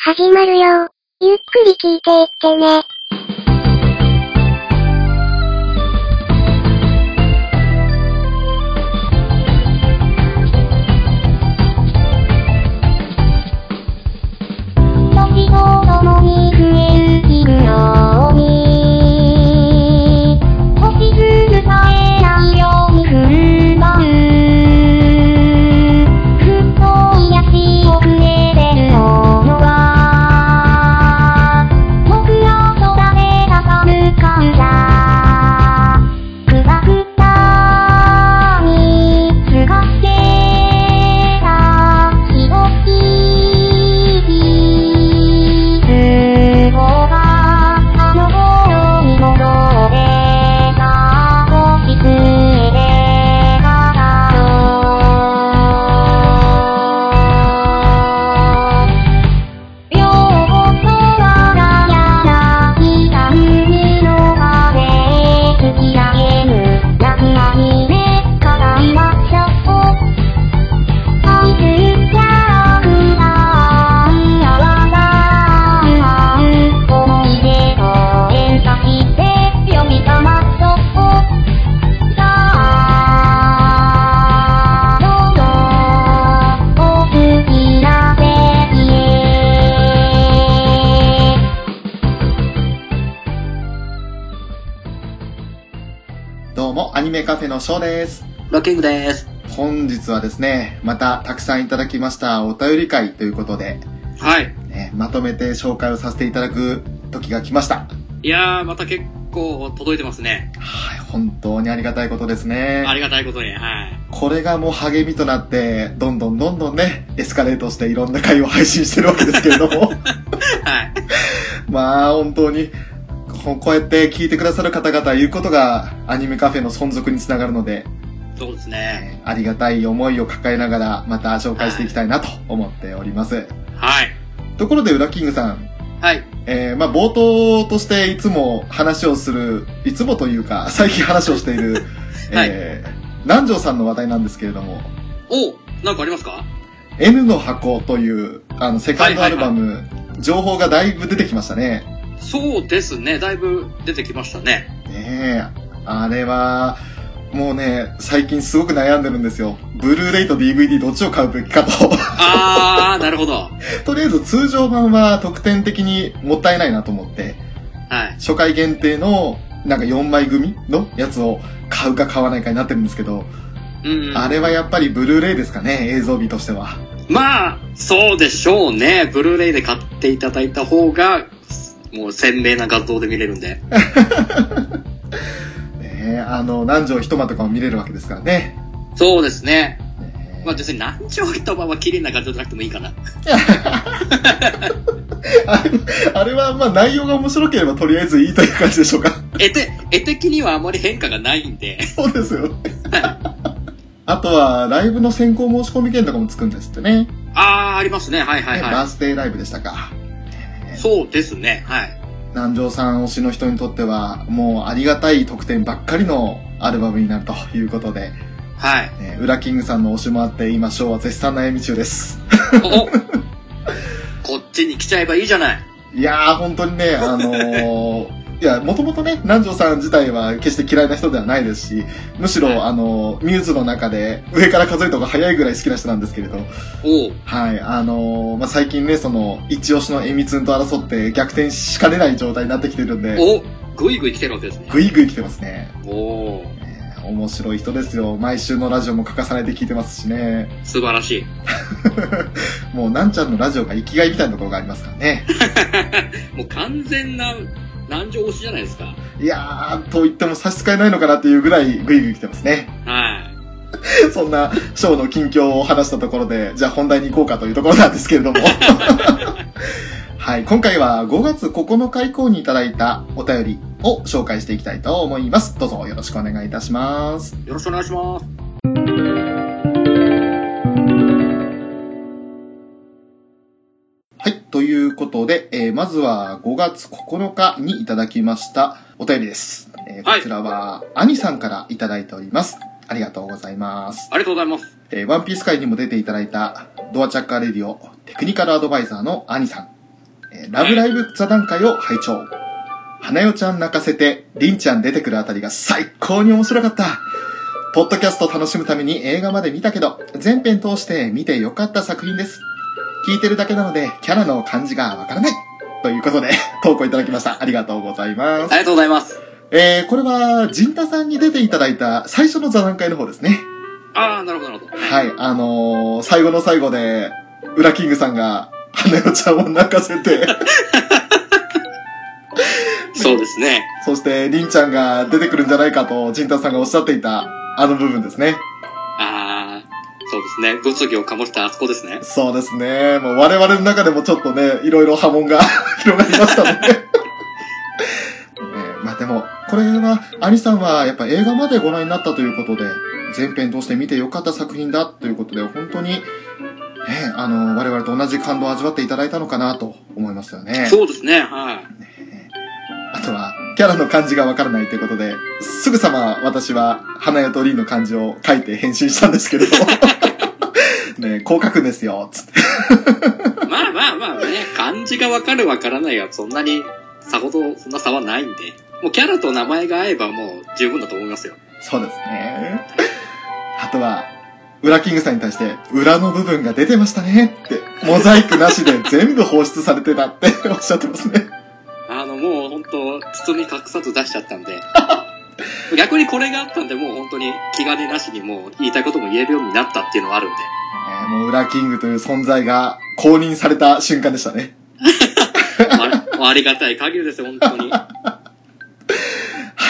始まるよ。ゆっくり聞いていってね。時とともに増える日のように星屑さえないように踏ん張るふっと癒しをくれてるものは僕ら空で高む感謝くたくたにすがってたひときどうも、アニメカフェのショーです。 ラッキングです。 本日はですね、またたくさんいただきましたお便り会ということで、 はい。 まとめて紹介をさせていただく時が来ました。 いやー、また結構届いてますね。 はい、本当にありがたいことですね。 ありがたいことに、はい。 これがもう励みとなって、どんどんね、エスカレートしていろんな回を配信してるわけですけれども。はい。まあ、本当に、こうやって聞いてくださる方々言うことがアニメカフェの存続につながるので、 そうですね。 ありがたい思いを抱えながらまた紹介していきたいなと思っております。 はい。 ところで、ウラキングさん。 はい。 まあ冒頭としていつも話をする、いつもというか最近話をしている、 はい、 南條さんの話題なんですけれども。 なんかありますか？ N の箱というセカンドアルバム、情報がだいぶ出てきましたね。 そうですね。だいぶ出てきましたね。 あれは、もうね、最近すごく悩んでるんですよ。ブルーレイと DVD どっちを買うべきかと。 なるほど。 とりあえず通常版は特典的にもったいないなと思って、 はい。 初回限定のなんか4枚組のやつを買うか買わないかになってるんですけど、あれはやっぱりブルーレイですかね、映像美としては。 まあ、そうでしょうね。ブルーレイで買っていただいた方が、もう鮮明な画像で見れるんで。 南條一間とかも見れるわけですからね。 そうですね。まあ実に南條一間は綺麗な画像じゃなくてもいいかな。 あれはまあ内容が面白ければとりあえずいいという感じでしょうか。 絵的にはあまり変化がないんで。 そうですよね。あとはライブの先行申し込み券とかもつくんですってね。 ありますね。はいはいはい。 バースデーライブでしたか。 そうですね。はい。 南條さん推しの人にとってはもうありがたい特典ばっかりのアルバムになるということで、 はい。 ウラキングさんの推しもあって今ショーは絶賛悩み中です。 こっちに来ちゃえばいいじゃない。 いやー本当にね、いや、もともとね、南條さん自体は決して嫌いな人ではないですし、むしろ、ミューズの中で上から数えた方が早いぐらい好きな人なんですけれど、はい、まあ、最近ね、その、一押しのエミツンと争って逆転しかねない状態になってきてるんで、 ぐいぐい来てるわけですね。 ぐいぐい来てますね。面白い人ですよ。毎週のラジオも欠かさないで聞いてますしね。 素晴らしい。 もう、なんちゃんのラジオが生きがいみたいなところがありますからね。 もう完全な、南條推しじゃないですか。 いやー、と言っても差し支えないのかなっていうぐらいグイグイ来てますね。 はい。 そんなショーの近況を話したところで、じゃあ本題に行こうかというところなんですけれども。はい、今回は5月9日以降にいただいたお便りを紹介していきたいと思います。どうぞよろしくお願いいたします。 よろしくお願いします。 はい。ということで、まずは5月9日にいただきましたお便りです。こちらは、兄さんからいただいております。ありがとうございます。 ありがとうございます。 ワンピース界にも出ていただいた、ドアチャッカーレディオテクニカルアドバイザーの兄さんラブライブ座談会を拝聴。花代ちゃん泣かせて、りんちゃん出てくるあたりが最高に面白かった。ポッドキャスト楽しむために映画まで見たけど、全編通して見てよかった作品です。聞いてるだけなので、キャラの感じがわからない。ということで、投稿いただきました。ありがとうございます。 ありがとうございます。 これは、ジンタさんに出ていただいた最初の座談会の方ですね。 ああ、なるほど、なるほど。 はい、最後の最後で、ウラキングさんが、花代ちゃんを泣かせて、 そうですね。 そして、りんちゃんが出てくるんじゃないかと、ジンタさんがおっしゃっていた、あの部分ですね。 ああ、そうですね。物議を醸したあそこですね。 そうですね。もう我々の中でもちょっとね、いろいろ波紋が広がりましたね。まあでも、これは、アニさんはやっぱ映画までご覧になったということで、前編として見てよかった作品だということで、本当に、我々と同じ感動を味わっていただいたのかなと思いますよね。 そうですね、はい。 あとは、キャラの漢字がわからないということで、すぐさま私は、花代とりんの漢字を書いて返信したんですけれどね、こう書くんですよ、つって。 まあね、漢字がわかるわからないはそんなに、さほどそんな差はないんで、もうキャラと名前が合えばもう十分だと思いますよ。 そうですね。あとは、ウラキングさんに対して、裏の部分が出てましたねって、モザイクなしで全部放出されてたっておっしゃってますね。 もう本当包み隠さず出しちゃったんで、逆にこれがあったんで、もう本当に気兼ねなしにもう言いたいことも言えるようになったっていうのはあるんで。 もうウラキングという存在が公認された瞬間でしたね。 ありがたい限りですよ、本当に。 はい、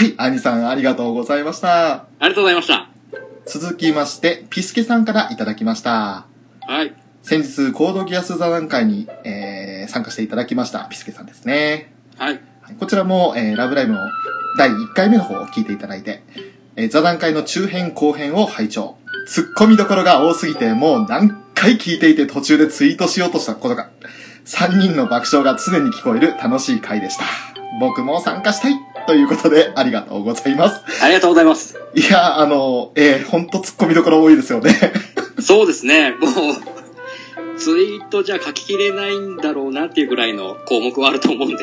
アニさんありがとうございました。 ありがとうございました。 続きまして、ピスケさんからいただきました。 はい。 先日、コードギアス座談会に、参加していただきました、ピスケさんですね。 はい。 こちらも、ラブライブの第1回目の方を聞いていただいて、座談会の中編後編を拝聴。ツッコミどころが多すぎて、もう何回聞いていて途中でツイートしようとしたことが、3人の爆笑が常に聞こえる楽しい回でした。僕も参加したいということで、ありがとうございます。 ありがとうございます。 いや、ほんとツッコミどころ多いですよね。 そうですね、もう、ツイートじゃ書ききれないんだろうなっていうぐらいの項目はあると思うんで。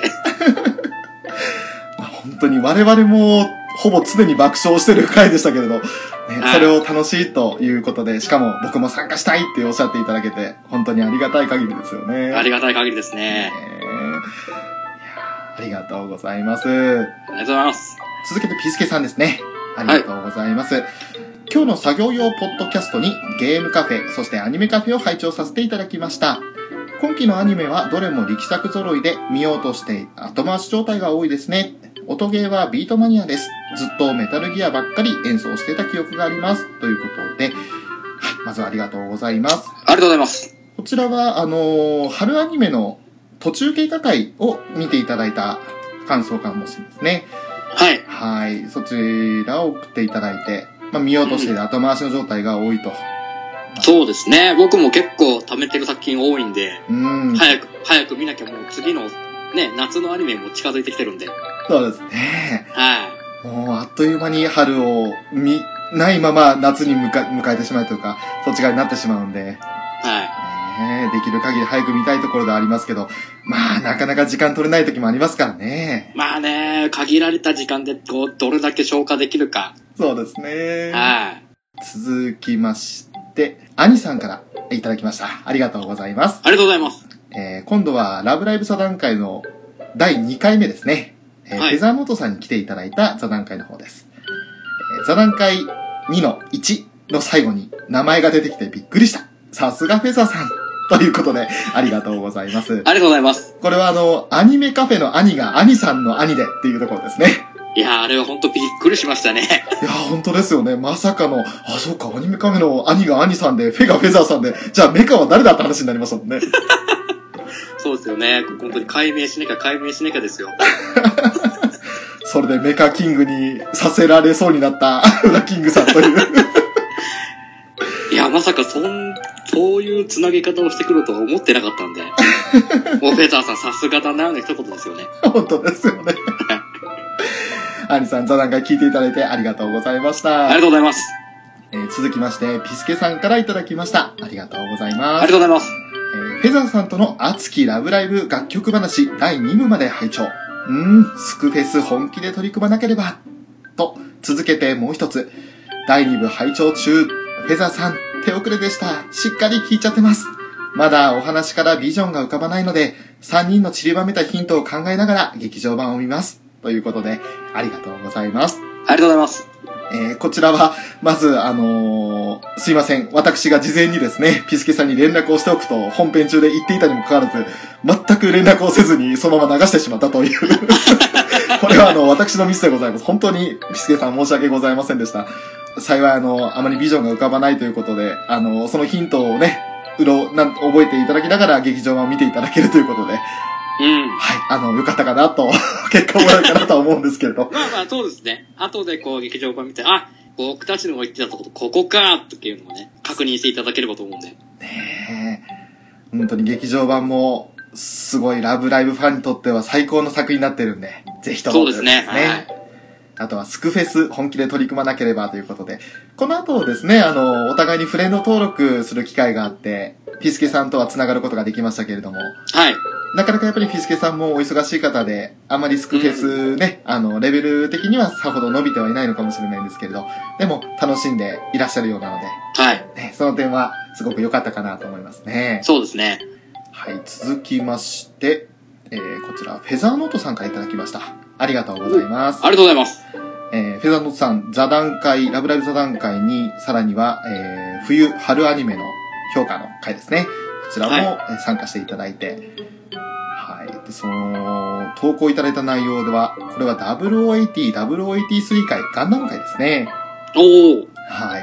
本当に我々もほぼ常に爆笑してる回でしたけれど、ね、それを楽しいということで、しかも僕も参加したいっておっしゃっていただけて、本当にありがたい限りですよね。 ありがたい限りですね。 ありがとうございます。 ありがとうございます。 続けてピスケさんですね。ありがとうございます。はい、今日の作業用ポッドキャストにゲームカフェ、そしてアニメカフェを拝聴させていただきました。今期のアニメはどれも力作揃いで見ようとして後回し状態が多いですね。音ゲーはビートマニアです。ずっとメタルギアばっかり演奏してた記憶があります。ということで、はい、まずはありがとうございます。 ありがとうございます。 こちらは、春アニメの途中経過回を見ていただいた感想かもしれないですね。 はい。 はい。そちらを送っていただいて、見ようとして後回しの状態が多いと。 そうですね。僕も結構貯めてる作品多いんで、早く見なきゃもう次のね、夏のアニメも近づいてきてるんで。 そうですね。 はい。 もうあっという間に春を見ないまま夏に迎えてしまうというか、そっち側になってしまうんで。 はい。 できる限り早く見たいところではありますけど、なかなか時間取れない時もありますからね。 まあね、限られた時間でどれだけ消化できるか。 そうですね。 はい。 続きまして、アニさんからいただきました。ありがとうございます。 ありがとうございます。 今度はラブライブ座談会の第2回目ですね。 はい、 フェザーモトさんに来ていただいた座談会の方です。座談会2の1の最後に名前が出てきてびっくりした。さすがフェザーさん。ということで、ありがとうございます。 ありがとうございます。 これはアニメカフェの兄が兄さんの兄でっていうところですね。 いやー、あれは本当びっくりしましたね。 いやー、本当ですよね。まさかの、そうか、アニメカフェの兄が兄さんで、フェがフェザーさんで、じゃあメカは誰だって話になりましたもんね。 そうですよね。本当に解明しなきゃですよ。 それでメカキングにさせられそうになったウラキングさんという。 いや、まさかそういう繋げ方をしてくるとは思ってなかったんで。もうフェザーさんさすがだなの一言ですよね。 本当ですよね。兄さん、座談会聞いていただいてありがとうございました。 ありがとうございます。 続きまして、ピスケさんからいただきました。ありがとうございます。 ありがとうございます。 フフェザーさんとの熱きラブライブ楽曲話第2部まで拝聴。スクフェス本気で取り組まなければ。と、続けてもう一つ。第2部拝聴中。フェザーさん、手遅れでした。しっかり聞いちゃってます。まだお話からビジョンが浮かばないので、3人の散りばめたヒントを考えながら劇場版を見ます。ということで、ありがとうございます。 ありがとうございます。 こちらは、まず、すいません。私が事前にですね、ピスケさんに連絡をしておくと、本編中で言っていたにもかかわらず、全く連絡をせずに、そのまま流してしまったという。これは私のミスでございます。本当に、ピスケさん申し訳ございませんでした。幸い、あまりビジョンが浮かばないということで、そのヒントをね、覚えていただきながら劇場版を見ていただけるということで、はい、よかったかなと、結果もらえるかなとは思うんですけれど。 まあまあ、そうですね。後でこう、劇場版見て、あ、僕たちの言ってたところ、ここかっていうのをね、確認していただければと思うんで。 ねえ。本当に劇場版も、すごいラブライブファンにとっては最高の作品になってるんで、ぜひとも、 そうですね。はい。 あとはスクフェス本気で取り組まなければということで、この後ですね、お互いにフレンド登録する機会があって、ピスケさんとは繋がることができましたけれども、 はい。 なかなかやっぱりピスケさんもお忙しい方で、あまりスクフェスね、レベル的にはさほど伸びてはいないのかもしれないんですけれど、でも楽しんでいらっしゃるようなので、 はい。 ね、その点はすごく良かったかなと思いますね。 そうですね。 はい、続きまして、こちら、フェザーノートさんからいただきました。ありがとうございます。 ありがとうございます。 フェザーノートさん、座談会、ラブライブ座談会に、さらには、冬、春アニメの評価の回ですね。こちらも、参加していただいて、はい。で、その、投稿いただいた内容では、これは0080、0083回、ガンダム回ですね。 おー。 はい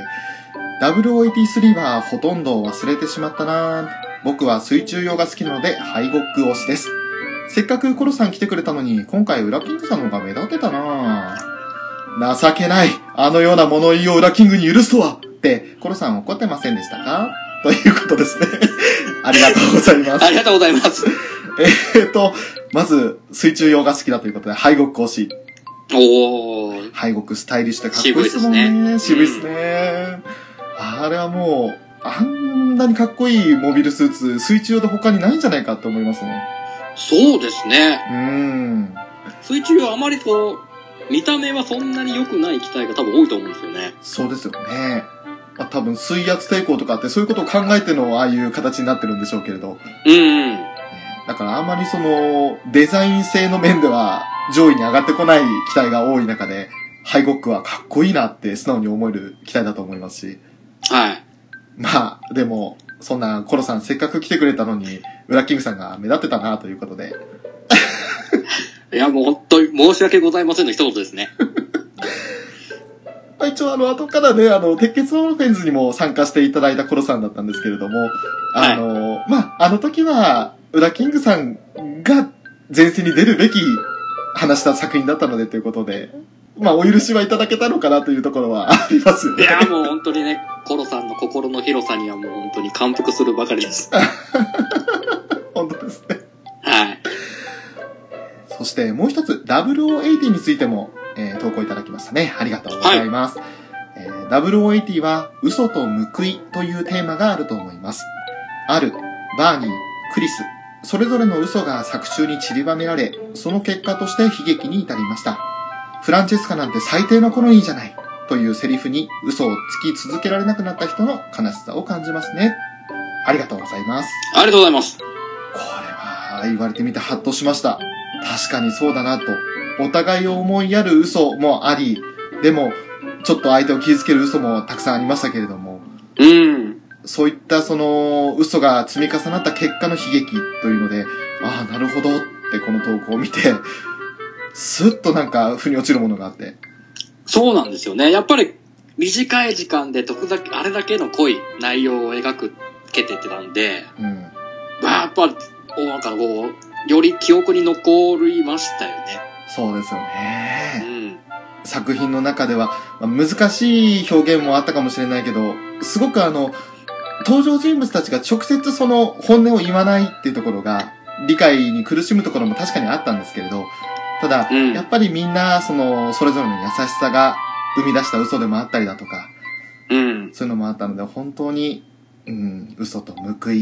。0083はほとんど忘れてしまったな。僕は水中用が好きなので、ハイゴック推しです。せっかくコロさん来てくれたのに、今回ウラキングさんの方が目立ってたな。情けない。あのような物言いをウラキングに許すとはって、コロさん怒ってませんでしたかということですね。ありがとうございます。 ありがとうございます。 まず、水中用が好きだということで、ハイゴック推し。 おー。 ハイゴックスタイリッシュでかっこいいですもんね。渋いですね。あれはもう、あんなにかっこいいモビルスーツ、水中用で他にないんじゃないかって思いますね。 そうですね。水中用あまりこう、見た目はそんなに良くない機体が多分多いと思うんですよね。 そうですよね。多分水圧抵抗とかってそういうことを考えてのああいう形になってるんでしょうけれど。だからあんまりそのデザイン性の面では上位に上がってこない機体が多い中で、ハイゴックはかっこいいなって素直に思える機体だと思いますし。 はい。 まあ、でも、そんなコロさんせっかく来てくれたのに、ウラキングさんが目立ってたなということで。 いや、もう本当に申し訳ございませんの一言ですね。 まあ一応後からね、鉄血オーフェンズにも参加していただいたコロさんだったんですけれども、まあ、時は、ウラキングさんが前線に出るべき話した作品だったのでということで、まあ、お許しはいただけたのかなというところはありますよね。 いや、もう本当にね、コロさんの心の広さにはもう本当に感服するばかりです。 本当ですね。 はい。 そしてもう一つ、0080についても、投稿いただきましたね。ありがとうございます。はい、0080は嘘と報いというテーマがあると思います。ある、バーニー、クリス、それぞれの嘘が作中に散りばめられ、その結果として悲劇に至りました。フランチェスカなんて最低のコロニーじゃないというセリフに嘘をつき続けられなくなった人の悲しさを感じますね。ありがとうございます。 ありがとうございます。 これは言われてみてハッとしました。確かにそうだなと。お互いを思いやる嘘もあり、でもちょっと相手を傷つける嘘もたくさんありましたけれども、そういったその嘘が積み重なった結果の悲劇というので、ああなるほどってこの投稿を見てスッとなんか腑に落ちるものがあって。そうなんですよね。やっぱり短い時間であれだけの濃い内容を描けてたんで、やっぱなんかこうより記憶に残りましたよね。そうですよね。作品の中では難しい表現もあったかもしれないけど、すごく登場人物たちが直接その本音を言わないっていうところが理解に苦しむところも確かにあったんですけれど、ただ、やっぱりみんなそれぞれの優しさが生み出した嘘でもあったりだとか、そういうのもあったので、本当に、嘘と報い、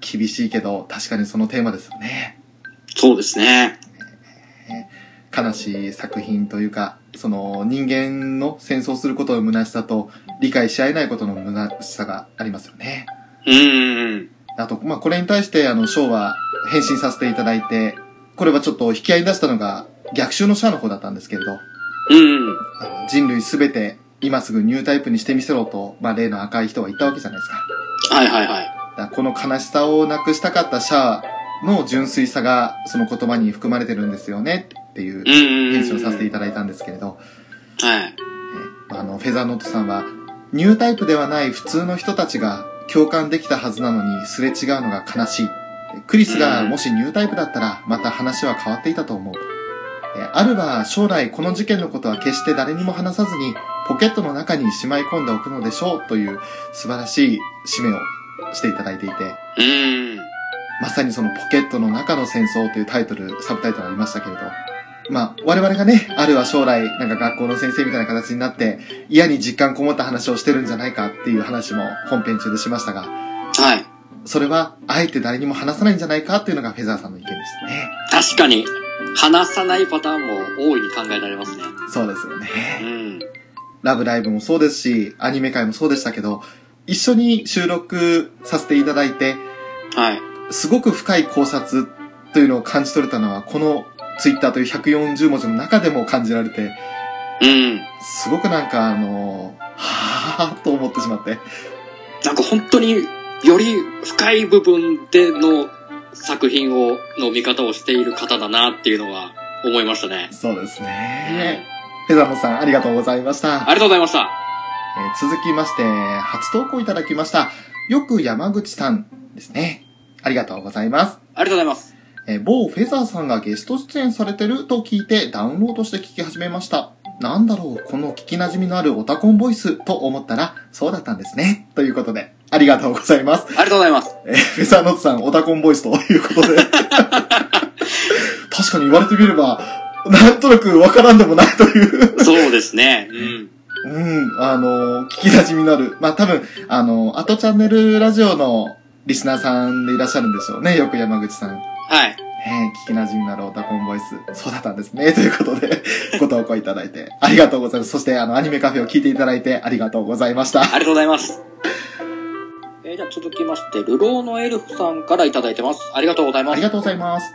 厳しいけど、確かにそのテーマですよね。 そうですね。 悲しい作品というか、その人間の戦争することの虚しさと理解し合えないことの虚しさがありますよね。あと、これに対してショーは返信させていただいて、これはちょっと引き合いに出したのが逆襲のシャアの方だったんですけれど、人類すべて今すぐニュータイプにしてみせろと、例の赤い人は言ったわけじゃないですか。 はいはいはい。 だこの悲しさをなくしたかったシャアの純粋さがその言葉に含まれてるんですよねっていう返信をさせていただいたんですけれど、 はい。 フェザーノートさんはニュータイプではない普通の人たちが共感できたはずなのにすれ違うのが悲しい。クリスがもしニュータイプだったらまた話は変わっていたと思う。アルは将来この事件のことは決して誰にも話さずにポケットの中にしまい込んでおくのでしょうという素晴らしい締めをしていただいていて、まさにそのポケットの中の戦争というタイトル、サブタイトルありましたけれど、我々がね、アルは将来学校の先生みたいな形になって嫌に実感こもった話をしてるんじゃないかっていう話も本編中でしましたが、 はい。 それはあえて誰にも話さないんじゃないかっていうのがフェザーさんの意見でしたね。 確かに話さないパターンも大いに考えられますね。 そうですよね。ラブライブもそうですし、アニメ界もそうでしたけど、一緒に収録させていただいて、 はい。 すごく深い考察というのを感じ取れたのは、このツイッターという140文字の中でも感じられて、すごくはぁーと思ってしまって。 本当により深い部分での作品の見方をしている方だなっていうのは思いましたね。 そうですね。フェザーノさん、ありがとうございました。 ありがとうございました。 続きまして、初投稿いただきました。よく山口さんですね。ありがとうございます。 ありがとうございます。 某フェザーさんがゲスト出演されてると聞いてダウンロードして聞き始めました。なんだろう、この聞き馴染みのあるオタコンボイスと思ったら、そうだったんですね。ということで、ありがとうございます。 ありがとうございます。 フェザーノートさん、オタコンボイスということで。確かに言われてみれば、なんとなくわからんでもないという。 そうですね。 聞き馴染みのある。多分、後チャンネルラジオのリスナーさんでいらっしゃるんでしょうね。よく山口さん。 はい。 聞き馴染みのあるオタコンボイス。そうだったんですね。ということで、ご投稿いただいてありがとうございます。そして、アニメカフェを聞いていただいてありがとうございました。 ありがとうございます。じゃあ続きまして、流浪のエルフさんからいただいてます。ありがとうございます。 ありがとうございます。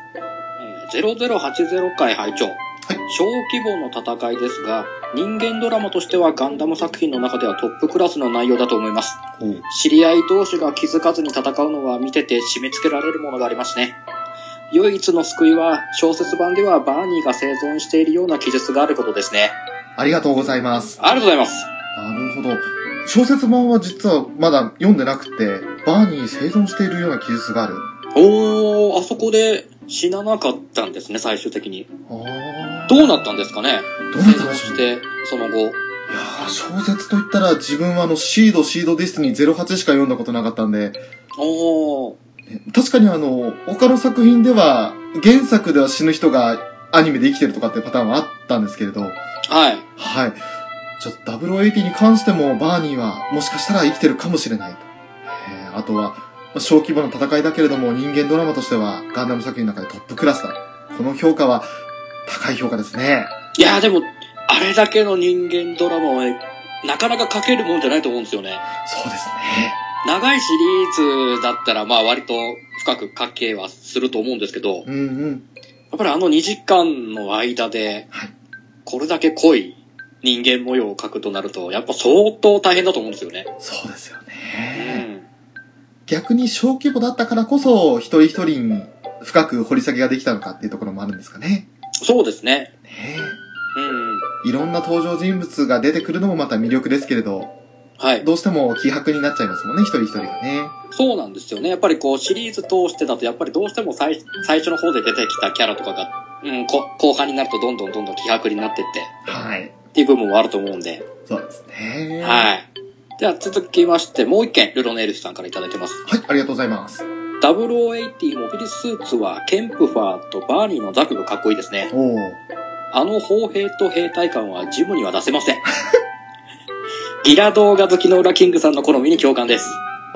0080回拝聴。小規模の戦いですが、人間ドラマとしてはガンダム作品の中ではトップクラスの内容だと思います。知り合い同士が気づかずに戦うのは見てて締め付けられるものがありますね。唯一の救いは小説版ではバーニーが生存しているような記述があることですね。 ありがとうございます。 ありがとうございます。 なるほど。小説版は実はまだ読んでなくて、バーニー生存しているような記述がある。 あそこで死ななかったんですね、最終的に。どうなったんですかね。 どうなったんでしょう。 して、その後。いや小説といったら自分はシードディスティニー08しか読んだことなかったんで。確かに他の作品では、原作では死ぬ人がアニメで生きてるとかっていうパターンはあったんですけれど。はい。ちょっと0080に関してもバーニーはもしかしたら生きてるかもしれない。あとは、小規模な戦いだけれども人間ドラマとしてはガンダム作品の中でトップクラスだ。この評価は高い評価ですね。 いやでも、あれだけの人間ドラマはなかなか書けるもんじゃないと思うんですよね。 そうですね。 長いシリーズだったら割と深く書けはすると思うんですけど、やっぱり2時間の間で、これだけ濃い人間模様を書くとなると、やっぱ相当大変だと思うんですよね。 そうですよね。逆に小規模だったからこそ、一人一人に深く掘り下げができたのかっていうところもあるんですかね。 そうですね。 いろんな登場人物が出てくるのもまた魅力ですけれど、どうしても希薄になっちゃいますもんね、一人一人がね。 そうなんですよね。やっぱりシリーズ通してだと、やっぱりどうしても最初の方で出てきたキャラとかが、後半になるとどんどん希薄になってって、っていう部分もあると思うんで。 そうですね。 では続きまして、もう一件、ルロネルフさんからいただいてます。 ありがとうございます。 0080モビルスーツは、ケンプファーとバーニーのザクがかっこいいですね。砲兵と兵隊感はジムには出せません。ギラ動画好きのウラキングさんの好みに共感です。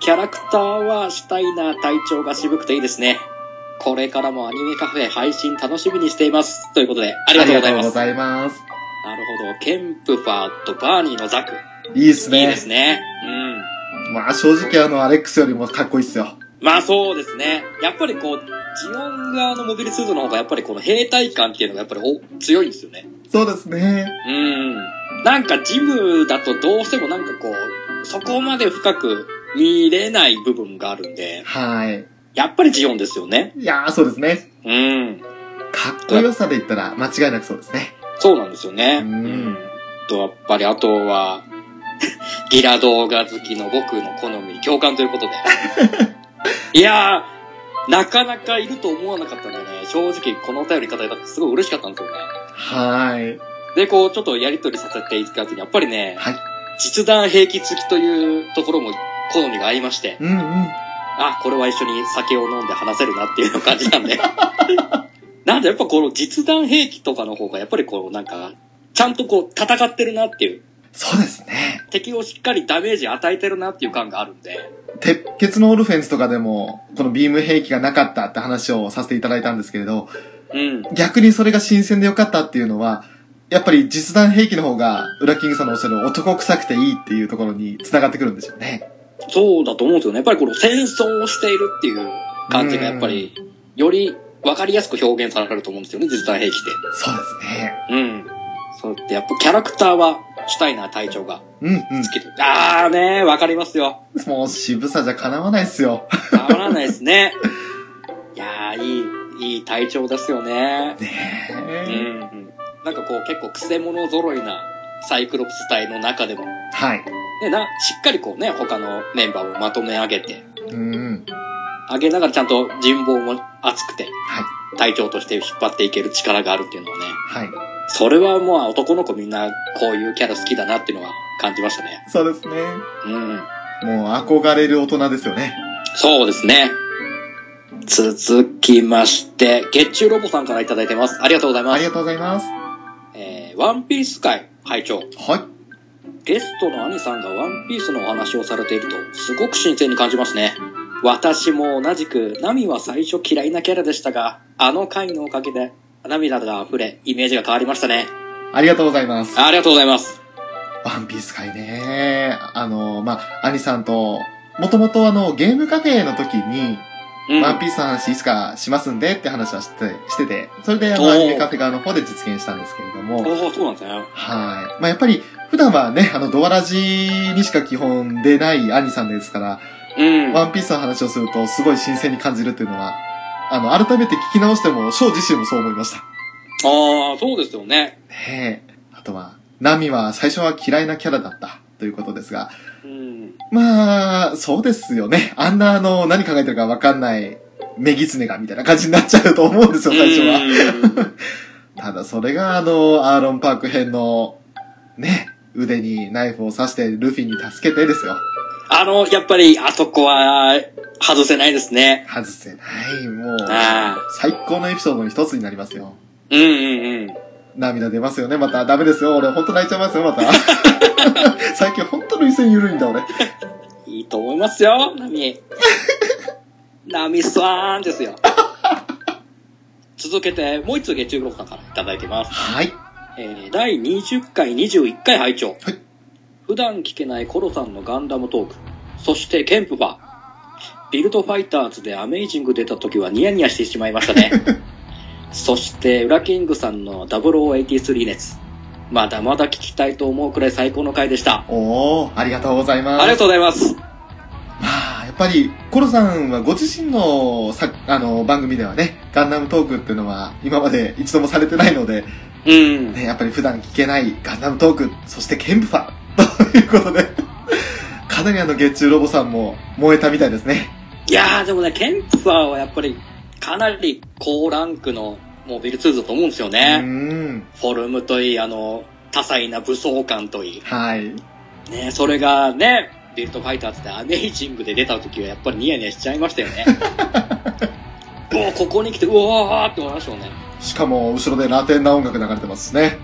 キャラクターはシュタイナー隊長が渋くていいですね。これからもアニメカフェ配信楽しみにしています。ということで、ありがとうございます。 ありがとうございます。 なるほど。ケンプファーとバーニーのザク。 いいですね。 いいですね。うん。 まあ正直アレックスよりもかっこいいっすよ。 まあそうですね。やっぱりこう、ジオン側のモビルスーツの方がやっぱりこの兵隊感っていうのがやっぱり強いんですよね。 そうですね。 なんかジムだとどうしてもなんかこう、そこまで深く見れない部分があるんで。 はい。 やっぱりジオンですよね。 いやー、そうですね。かっこよさで言ったら間違いなくそうですね。 そうなんですよね。やっぱりあとは、ギラ動画好きの僕の好みに共感ということで。いやー、なかなかいると思わなかったんでね、正直このお便りいただいたってすごい嬉しかったんですよね。 はい。 で、こう、ちょっとやりとりさせていただくに、やっぱりね、 はい。 実弾兵器付きというところも好みが合いまして。あ、これは一緒に酒を飲んで話せるなっていう感じなんで。なんでやっぱこの実弾兵器とかの方がやっぱりこうなんか、ちゃんとこう戦ってるなっていう。 そうですね。 敵をしっかりダメージ与えてるなっていう感があるんで。 鉄血のオルフェンスとかでも、このビーム兵器がなかったって話をさせていただいたんですけれど、逆にそれが新鮮でよかったっていうのは、やっぱり実弾兵器の方が、ウラキングさんのおっしゃる男臭くていいっていうところに繋がってくるんですよね。 そうだと思うんですよね。やっぱりこの戦争をしているっていう感じがやっぱり、より分かりやすく表現されると思うんですよね、実弾兵器って。 そうですね。 そうってやっぱキャラクターは、シュタイナー隊長が好きで。あーねー、わかりますよ。 もう渋さじゃ叶わないっすよ。 叶わないですね。いやー、いい隊長ですよね。なんかこう結構クセ者揃いなサイクロプス隊の中でも。 はい。 でしっかりこうね、他のメンバーをまとめ上げて。上げながらちゃんと人望も厚くて。はい。隊長として引っ張っていける力があるっていうのはね。はい。それはもう男の子みんなこういうキャラ好きだなっていうのは感じましたね。 そうですね。もう憧れる大人ですよね。 そうですね。続きまして、月中ロボさんからいただいてます。ありがとうございます。 ありがとうございます。 ワンピース会拝聴。 はい。 ゲストの兄さんがワンピースのお話をされていると、すごく新鮮に感じますね。私も同じく、ナミは最初嫌いなキャラでしたが、あの回のおかげで、涙が溢れ、イメージが変わりましたね。 ありがとうございます。 ありがとうございます。 ワンピース界ね。兄さんと、もともとゲームカフェの時に、ワンピースの話いつかしますんでって話はしてて、それでアニメカフェ側の方で実現したんですけれども。 そうなんですね。 はい。やっぱり、普段はね、ドアラジにしか基本出ない兄さんですから、ワンピースの話をするとすごい新鮮に感じるっていうのは、改めて聞き直しても、翔自身もそう思いました。 そうですよね。 あとは、ナミは最初は嫌いなキャラだったということですが、まあ、そうですよね。あんな何考えてるかわかんないメギツネがみたいな感じになっちゃうと思うんですよ、最初は。ただそれがアーロンパーク編の、ね、腕にナイフを刺してルフィに助けてですよ。 やっぱり、あそこは、外せないですね。 外せない。もう、最高のエピソードの一つになりますよ。涙出ますよね、また。ダメですよ。俺、ほんと泣いちゃいますよ、また。最近ほんと涙腺緩いんだ、俺。 いいと思いますよ、ナミ。ナミスワーンですよ。続けて、もう一つ月中ブロックさんからいただいてます。 はい。 第20回、21回拝聴。はい。普段聞けないコロさんのガンダムトーク。そして、ケンプファー。ビルドファイターズでアメイジング出た時はニヤニヤしてしまいましたね。そして、ウラキングさんの0083熱。まだまだ聞きたいと思うくらい最高の回でした。 ありがとうございます。 ありがとうございます。 やっぱり、コロさんはご自身の番組ではね、ガンダムトークっていうのは今まで一度もされてないので、ね、やっぱり普段聞けないガンダムトーク、そしてケンプファーということで、かなり月中ロボさんも燃えたみたいですね。 いやーでもね、ケンプファーはやっぱりかなり高ランクのモビルツールだと思うんですよね。フォルムといい、多彩な武装感といい。はい。ね、それがね、ビルドファイターズでアメイジングで出た時はやっぱりニヤニヤしちゃいましたよね。ここに来て、うわーって思いましたよね。 しかも、後ろでラテンな音楽流れてますね。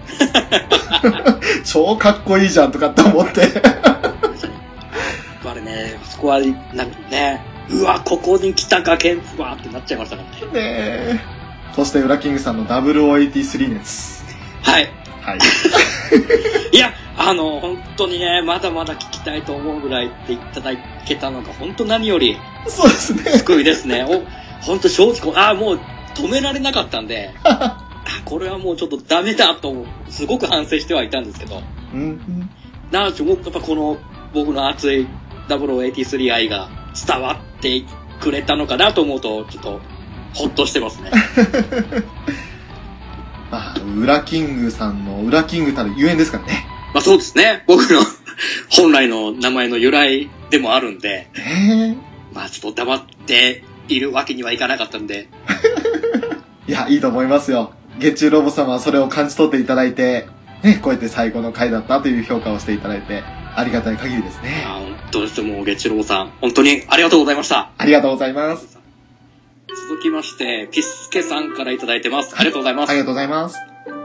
超かっこいいじゃんとかって思って。 あれね、 こは、なんかね、うわ、ここに来たか、ケンプはってなっちゃいましたからね。 ねえ。そして、ウラキングさんの0083熱。 はい。 はい。 いや、本当にね、まだまだ聞きたいと思うぐらいっていただけたのが、本当何より、 そうですね。 救いですね。本当正直、もう止められなかったんで、これはもうちょっとダメだと、すごく反省してはいたんですけど、なので、やっぱこの、僕の熱い0083愛が伝わってくれたのかなと思うと、ちょっと、ほっとしてますね。 まあ、ウラキングさんのウラキングたるゆえんですからね。 まあそうですね。僕の本来の名前の由来でもあるんで、まあちょっと黙っているわけにはいかなかったんで。 いや、いいと思いますよ。月中ロボ様はそれを感じ取っていただいて、ね、こうやって最高の回だったという評価をしていただいて、ありがたい限りですね。 本当ですよ、もう月中ロボさん、本当にありがとうございました。 ありがとうございます。 続きまして、ピスケさんからいただいてます。ありがとうございます。 ありがとうございます。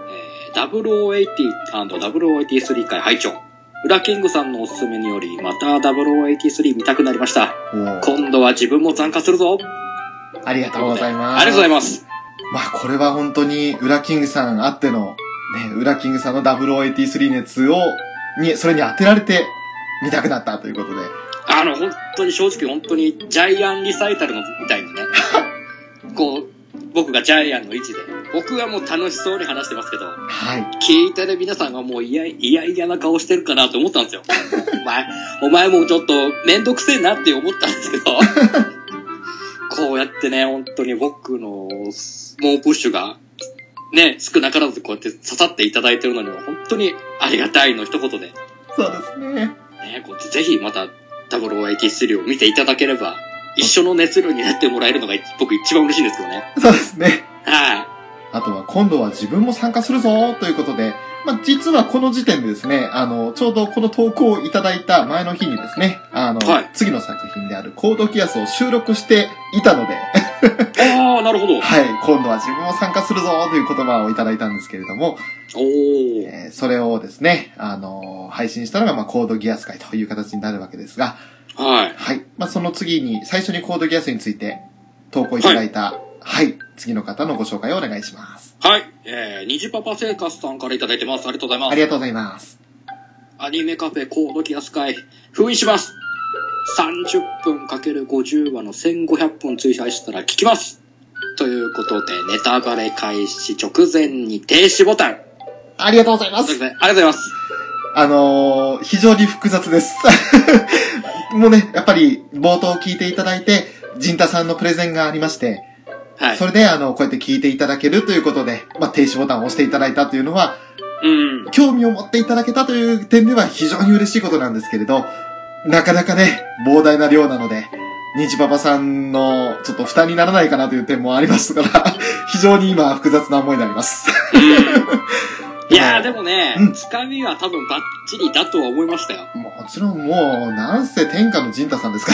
0080&0083 回拝聴。ウラキングさんのおすすめにより、また0083見たくなりました。今度は自分も参加するぞ。 ありがとうございます。 ありがとうございます。 まあ、これは本当に、ウラキングさんあっての、ね、ウラキングさんの0083熱それに当てられて、見たくなったということで。 本当に正直本当に、ジャイアンリサイタルのみたいなね。こう、僕がジャイアンの位置で、僕はもう楽しそうに話してますけど、 はい。 聞いてる皆さんがもう嫌な顔してるかなと思ったんですよ。お前もうちょっとめんどくせえなって思ったんですけど、こうやってね、本当に僕の猛プッシュが、ね、少なからずこうやって刺さっていただいてるのには本当にありがたいの一言で。 そうですね。 ね、こうやってぜひまた0083を見ていただければ、一緒の熱量になってもらえるのが僕一番嬉しいんですけどね。 そうですね。 はい。 あとは今度は自分も参加するぞということで、まあ、実はこの時点でですね、ちょうどこの投稿をいただいた前の日にですね、はい、次の作品であるコードギアスを収録していたので。 ああ、なるほど。 はい。今度は自分も参加するぞという言葉をいただいたんですけれども、それをですね、配信したのが、まあ、コードギアス会という形になるわけですが、 はい。 はい。まあ、その次に、最初にコードギアスについて投稿いただいた、はい。次の方のご紹介をお願いします。 はい。虹パパ生活さんからいただいてます。ありがとうございます。 ありがとうございます。 アニメカフェコードギアス会、封印します。30分 ×50 話の1500分追加したら聞きます。ということで、ネタバレ開始直前に停止ボタン。 ありがとうございます。 ありがとうございます。 非常に複雑です。もうね、やっぱり冒頭聞いていただいて、ジンタさんのプレゼンがありまして、はい。それで、こうやって聞いていただけるということで、まあ、停止ボタンを押していただいたというのは、興味を持っていただけたという点では非常に嬉しいことなんですけれど、なかなかね、膨大な量なので、ニジパパさんのちょっと負担にならないかなという点もありますから、非常に今複雑な思いになります。 いやーでもね、つかみは多分バッチリだとは思いましたよ。 もちろんもう、なんせ天下のジンタさんですから。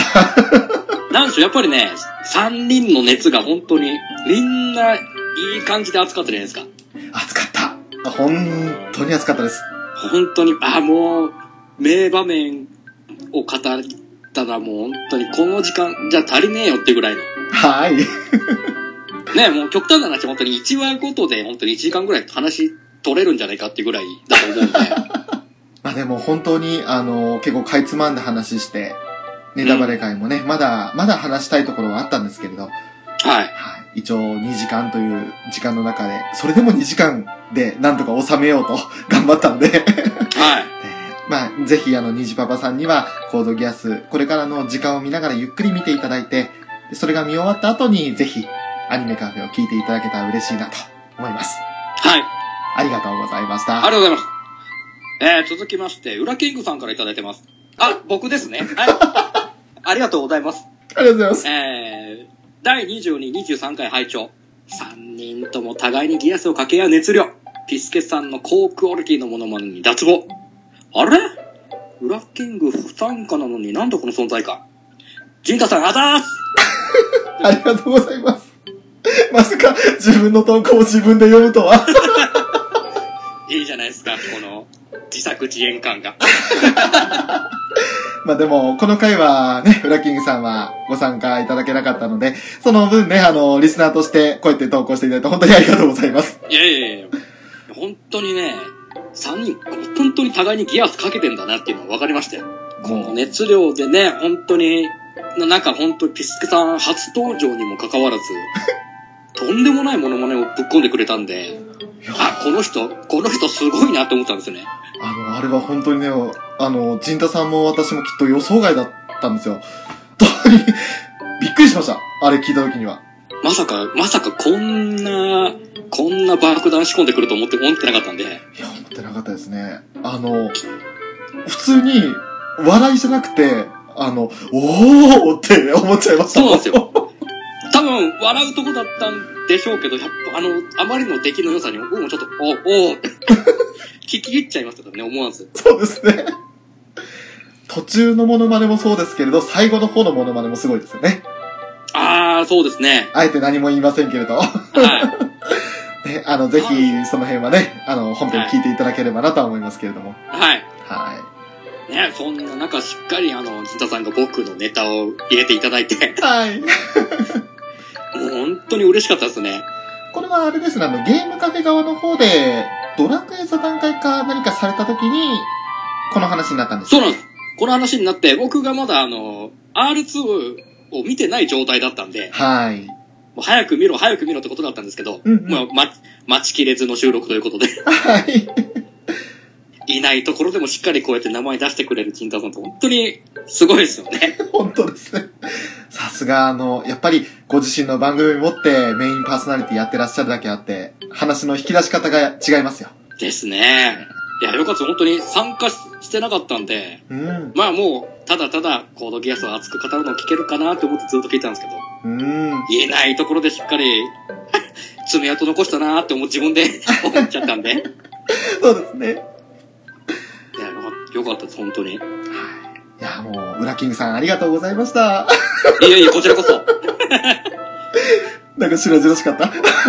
なんでしょう、やっぱりね、3人の熱が本当に、みんないい感じで熱かったじゃないですか。 熱かった。本当に熱かったです。 本当に、もう、名場面を語ったらもう本当にこの時間じゃ足りねえよってぐらいの。 はい。 ね、もう極端な話、本当に1話ごとで本当に1時間ぐらい話取れるんじゃないかってぐらいだと思うんで。 まあでも本当に結構かいつまんで話して、ネタバレ会もね、まだ話したいところはあったんですけれど。はい。一応2時間という時間の中で、それでも2時間でなんとか収めようと頑張ったんで。はい。まあ、ぜひニジパパさんにはコードギアス、これからの時間を見ながらゆっくり見ていただいて、それが見終わった後にぜひアニメカフェを聞いていただけたら嬉しいなと思います。はい。ありがとうございました。 ありがとうございます。続きまして、ウラキングさんからいただいてます。僕ですね。はい。ありがとうございます。 ありがとうございます。 第22、23回拝聴。3人とも互いにギアスを掛け合う熱量。ピスケさんの高クオリティのモノマネに脱帽。あれウラキング不参加なのになんだこの存在感。ジンタさん、あざーすありがとうございます。まさか自分の投稿を自分で読むとは。 いいじゃないですか、この自作自演感が。 まあでも、この回はね、ウラキングさんはご参加いただけなかったので、その分ね、リスナーとしてこうやって投稿していただいて本当にありがとうございます。 いやいやいや、本当にね、3人、本当に互いにギアスかけてんだなっていうのが分かりましたよ。この熱量でね、本当に、なんか本当にピスケさん初登場にもかかわらず、とんでもないモノマネをぶっ込んでくれたんで、あ、この人すごいなって思ったんですよね。 あれは本当にね、陣太さんも私もきっと予想外だったんですよ。本当に、びっくりしました。あれ聞いた時には。 まさかこんな爆弾仕込んでくると思ってなかったんで。いや、 思ってなかったですね。普通に、笑いじゃなくて、おーって思っちゃいました。 そうなんですよ。多分、笑うとこだったんでしょうけど、やっぱあまりの出来の良さに、僕もちょっと、おーって聞き入っちゃいましたからね、思わず。 そうですね。途中のモノマネもそうですけれど、最後の方のモノマネもすごいですよね。 そうですね。 あえて何も言いませんけれど。はい。ね、ぜひ、その辺はね、本編聞いていただければなとは思いますけれども。 はい。 はい。 ね、そんな中、しっかり、陣太さんが僕のネタを入れていただいて。 はい。 もう本当に嬉しかったですね。 これはあれですね、ゲームカフェ側の方で、ドラクエ座談会か何かされた時に、この話になったんですか？そうなんです。この話になって、僕がまだR2 を見てない状態だったんで、 はい。 もう早く見ろってことだったんですけど、待ちきれずの収録ということで。 はい。 いないところでもしっかりこうやって名前出してくれる陣太さんって本当にすごいですよね。 本当ですね。さすがやっぱりご自身の番組を持ってメインパーソナリティやってらっしゃるだけあって、話の引き出し方が違いますよ。 ですね。いや、よかった。本当に参加してなかったんで、まあもう、ただただコードギアスを熱く語るのを聞けるかなって思ってずっと聞いたんですけど、言えないところでしっかり爪痕残したなーって自分で思っちゃったんで。 そうですね。 いや、よかったです、本当に。 いや、もう、ウラキングさんありがとうございました。 いやいや、こちらこそ。 なんか白々しかった。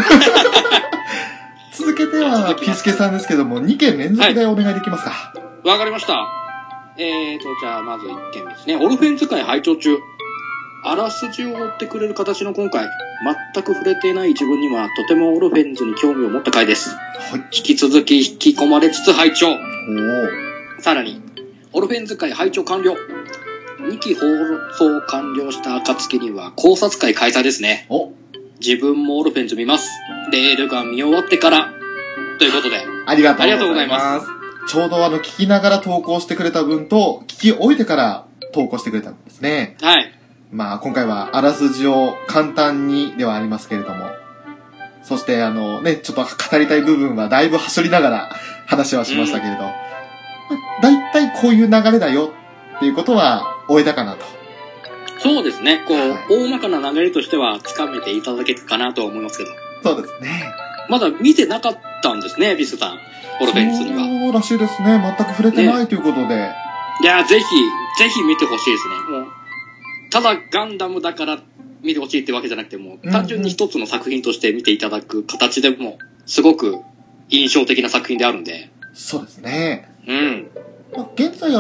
続けては、ピースケさんですけども、2件連続でお願いできますか？ わかりました。じゃあ、まず1件目ですね。オルフェン使い拝聴中。あらすじを追ってくれる形の今回、全く触れていない自分には、とてもオルフェンズに興味を持った回です。はい。引き続き引き込まれつつ拝聴。さらに、オルフェン使い拝聴完了。2期放送完了した暁には考察会開催ですね。自分もオルフェンズ見ます。レールが見終わってから。ということで。 ありがとうございます。ちょうど聞きながら投稿してくれた分と、聞き終えてから投稿してくれたんですね。 はい。 まあ今回はあらすじを簡単にではありますけれども。そしてね、ちょっと語りたい部分はだいぶはしょりながら話はしましたけれど。だいたいこういう流れだよっていうことは終えたかなと。 そうですね。大まかな流れとしてはつかめていただけたかなとは思いますけど。 そうですね。 まだ見てなかったんですね、ビスさん。オルフェンズには。 そうらしいですね。全く触れてないということで。 いや、ぜひ見てほしいですね。もう、ただガンダムだから見てほしいってわけじゃなくても、単純に一つの作品として見ていただく形でも、すごく印象的な作品であるんで。 そうですね。 まあ、現在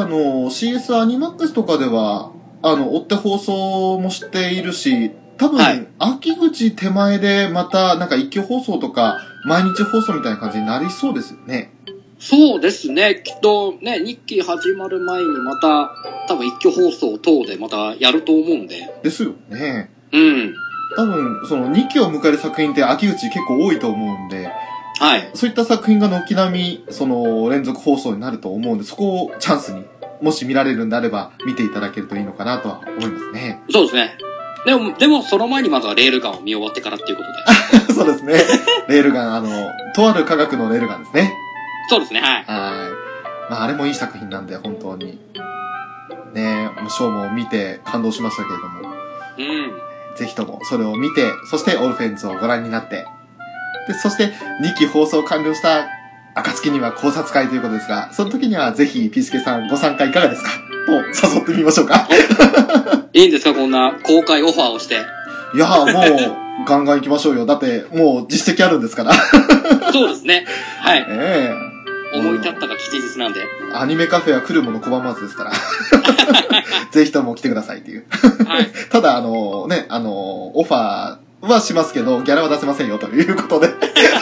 CS アニマックスとかでは、追って放送もしているし、多分、秋口手前でまた、なんか一挙放送とか、毎日放送みたいな感じになりそうですよね。 そうですね。きっとね、2期始まる前にまた、多分一挙放送等でまたやると思うんで。 ですよね。 多分、その2期を迎える作品って秋口結構多いと思うんで、 はい。 そういった作品が軒並み、連続放送になると思うんで、そこをチャンスに、もし見られるんであれば、見ていただけるといいのかなとは思いますね。 そうですね。でも、その前にまずはレールガンを見終わってからっていうことで。そうですね。レールガン、とある科学のレールガンですね。 そうですね、はい。 まあ、あれもいい作品なんで、本当に。ねえ、ショーも見て感動しましたけれども。ぜひとも、それを見て、そしてオルフェンズをご覧になって、で、そして、2期放送完了した暁には考察会ということですが、その時にはぜひ、ピースケさんご参加いかがですかと誘ってみましょうか。 いいんですかこんな公開オファーをして。 いやもう、ガンガン行きましょうよ。だって、もう実績あるんですから。 そうですね。はい。 思い立ったが吉日なんで。 アニメカフェは来るもの拒まずですから。 ぜひとも来てくださいっていう。 はい。 ただ、オファーはしますけど、ギャラは出せませんよということで。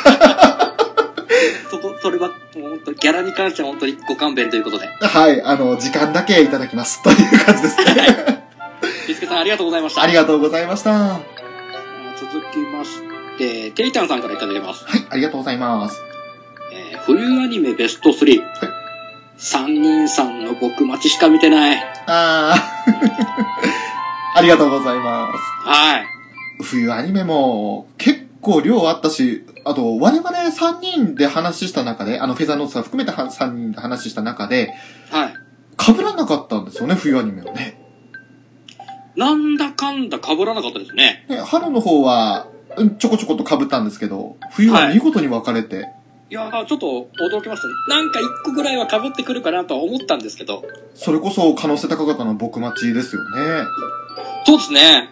それは、もう本当ギャラに関しては本当にご勘弁ということで。 はい、時間だけいただきます。という感じですね。 ビスケさんありがとうございました。 ありがとうございました。 続きまして、テイタンさんからいただきます。 はい、ありがとうございます。 冬アニメベスト3。はい。三人さんの僕待ちしか見てない。 ありがとうございます。 はい。 冬アニメも結構量あったし、あと我々3人で話した中で、フェザーノートさん含めて3人で話した中で、 はい。 被らなかったんですよね、冬アニメをね。 なんだかんだ被らなかったですね。 春の方はちょこちょこと被ったんですけど、冬は見事に分かれて。はい、 いやー、ちょっと驚きましたね。なんか1個ぐらいは被ってくるかなとは思ったんですけど。 それこそ可能性高かったのは僕待ちですよね。 そうですね。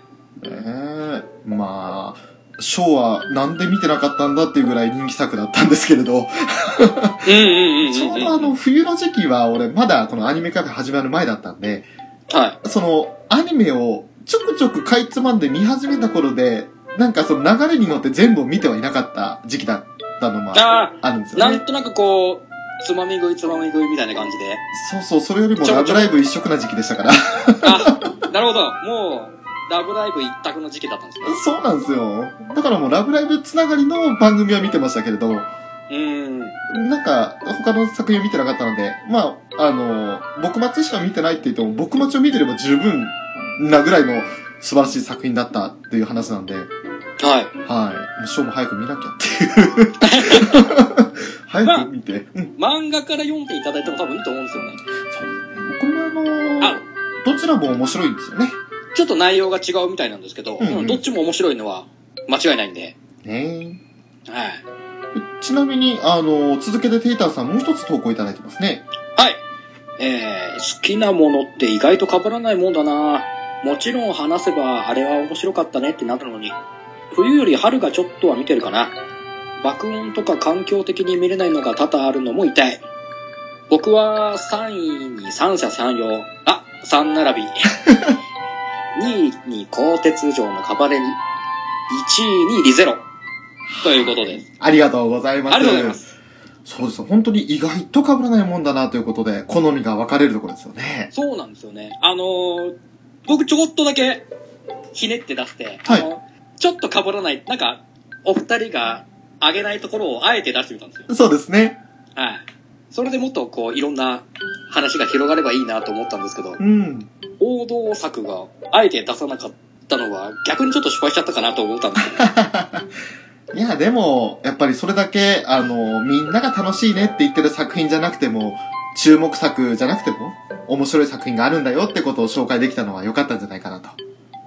まあ、ショーはなんで見てなかったんだっていうぐらい人気作だったんですけれど。ちょうど冬の時期は俺まだこのアニメカフェ始まる前だったんで、 はい。 そのアニメをちょくちょくかいつまんで見始めた頃で、なんかその流れに乗って全部見てはいなかった時期だったのもあるんですよね。 なんとなくこう、つまみ食いみたいな感じで。 そう、それよりもラブライブ一色な時期でしたから。 なるほど。もう、ラブライブ一択の時期だったんですね。 そうなんですよ。だからもうラブライブつながりの番組は見てましたけれど、なんか、他の作品を見てなかったので、まあ、僕待ちしか見てないって言っても、僕待ちを見てれば十分なぐらいの素晴らしい作品だったっていう話なんで、はい。はい。ショーも早く見なきゃっていう。早く見て、 漫画から読んでいただいても多分いいと思うんですよね。 そうですね。僕もどちらも面白いんですよね。 ちょっと内容が違うみたいなんですけど、どっちも面白いのは間違いないんで。はい。 ちなみに、続けてテイターさんもう一つ投稿いただいてますね。 はい。好きなものって意外と被らないもんだな。もちろん話せばあれは面白かったねってなるのに、冬より春がちょっとは見てるかな。爆音とか環境的に見れないのが多々あるのも痛い。僕は3位に三者三様。3並び。2位に鋼鉄城のカバレに、1位にリゼロ。ということです。 ありがとうございます。 ありがとうございます。 そうです。本当に意外と被らないもんだなということで、好みが分かれるところですよね。 そうなんですよね。僕ちょこっとだけひねって出して、はい、ちょっと被らない、なんか、お二人が上げないところをあえて出してみたんですよ。 そうですね。 はい。それでもっとこう、いろんな話が広がればいいなと思ったんですけど、王道作があえて出さなかったのは逆にちょっと失敗しちゃったかなと思ったんですけど。 いや、でも、やっぱりそれだけ、みんなが楽しいねって言ってる作品じゃなくても、注目作じゃなくても、面白い作品があるんだよってことを紹介できたのは良かったんじゃないかなと。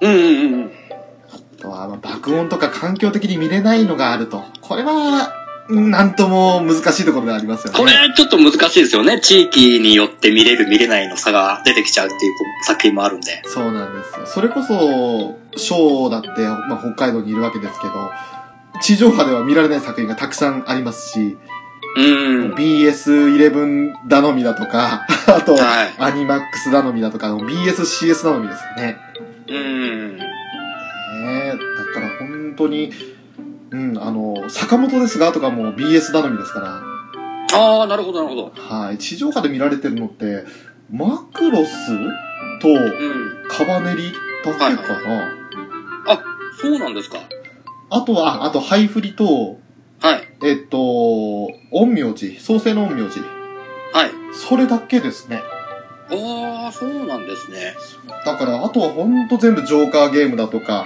あとは、爆音とか環境的に見れないのがあると。これは、なんとも難しいところがありますよね。 これちょっと難しいですよね。地域によって見れる見れないの差が出てきちゃうっていう作品もあるんで。 そうなんですよ。それこそ、ショーだって、北海道にいるわけですけど、地上波では見られない作品がたくさんありますし、BS11 頼みだとか、あと、アニマックス頼みだとか、BSCS 頼みですよね。だから本当に、坂本ですがとかも BS 頼みですから。 なるほどなるほど。 はい。地上波で見られてるのって、マクロスとカバネリだけかな。 そうなんですか。 あとハイフリと、陰陽師、創世の陰陽師。 はい。 それだけですね。 そうなんですね。 だから、あとはほんと全部ジョーカーゲームだとか、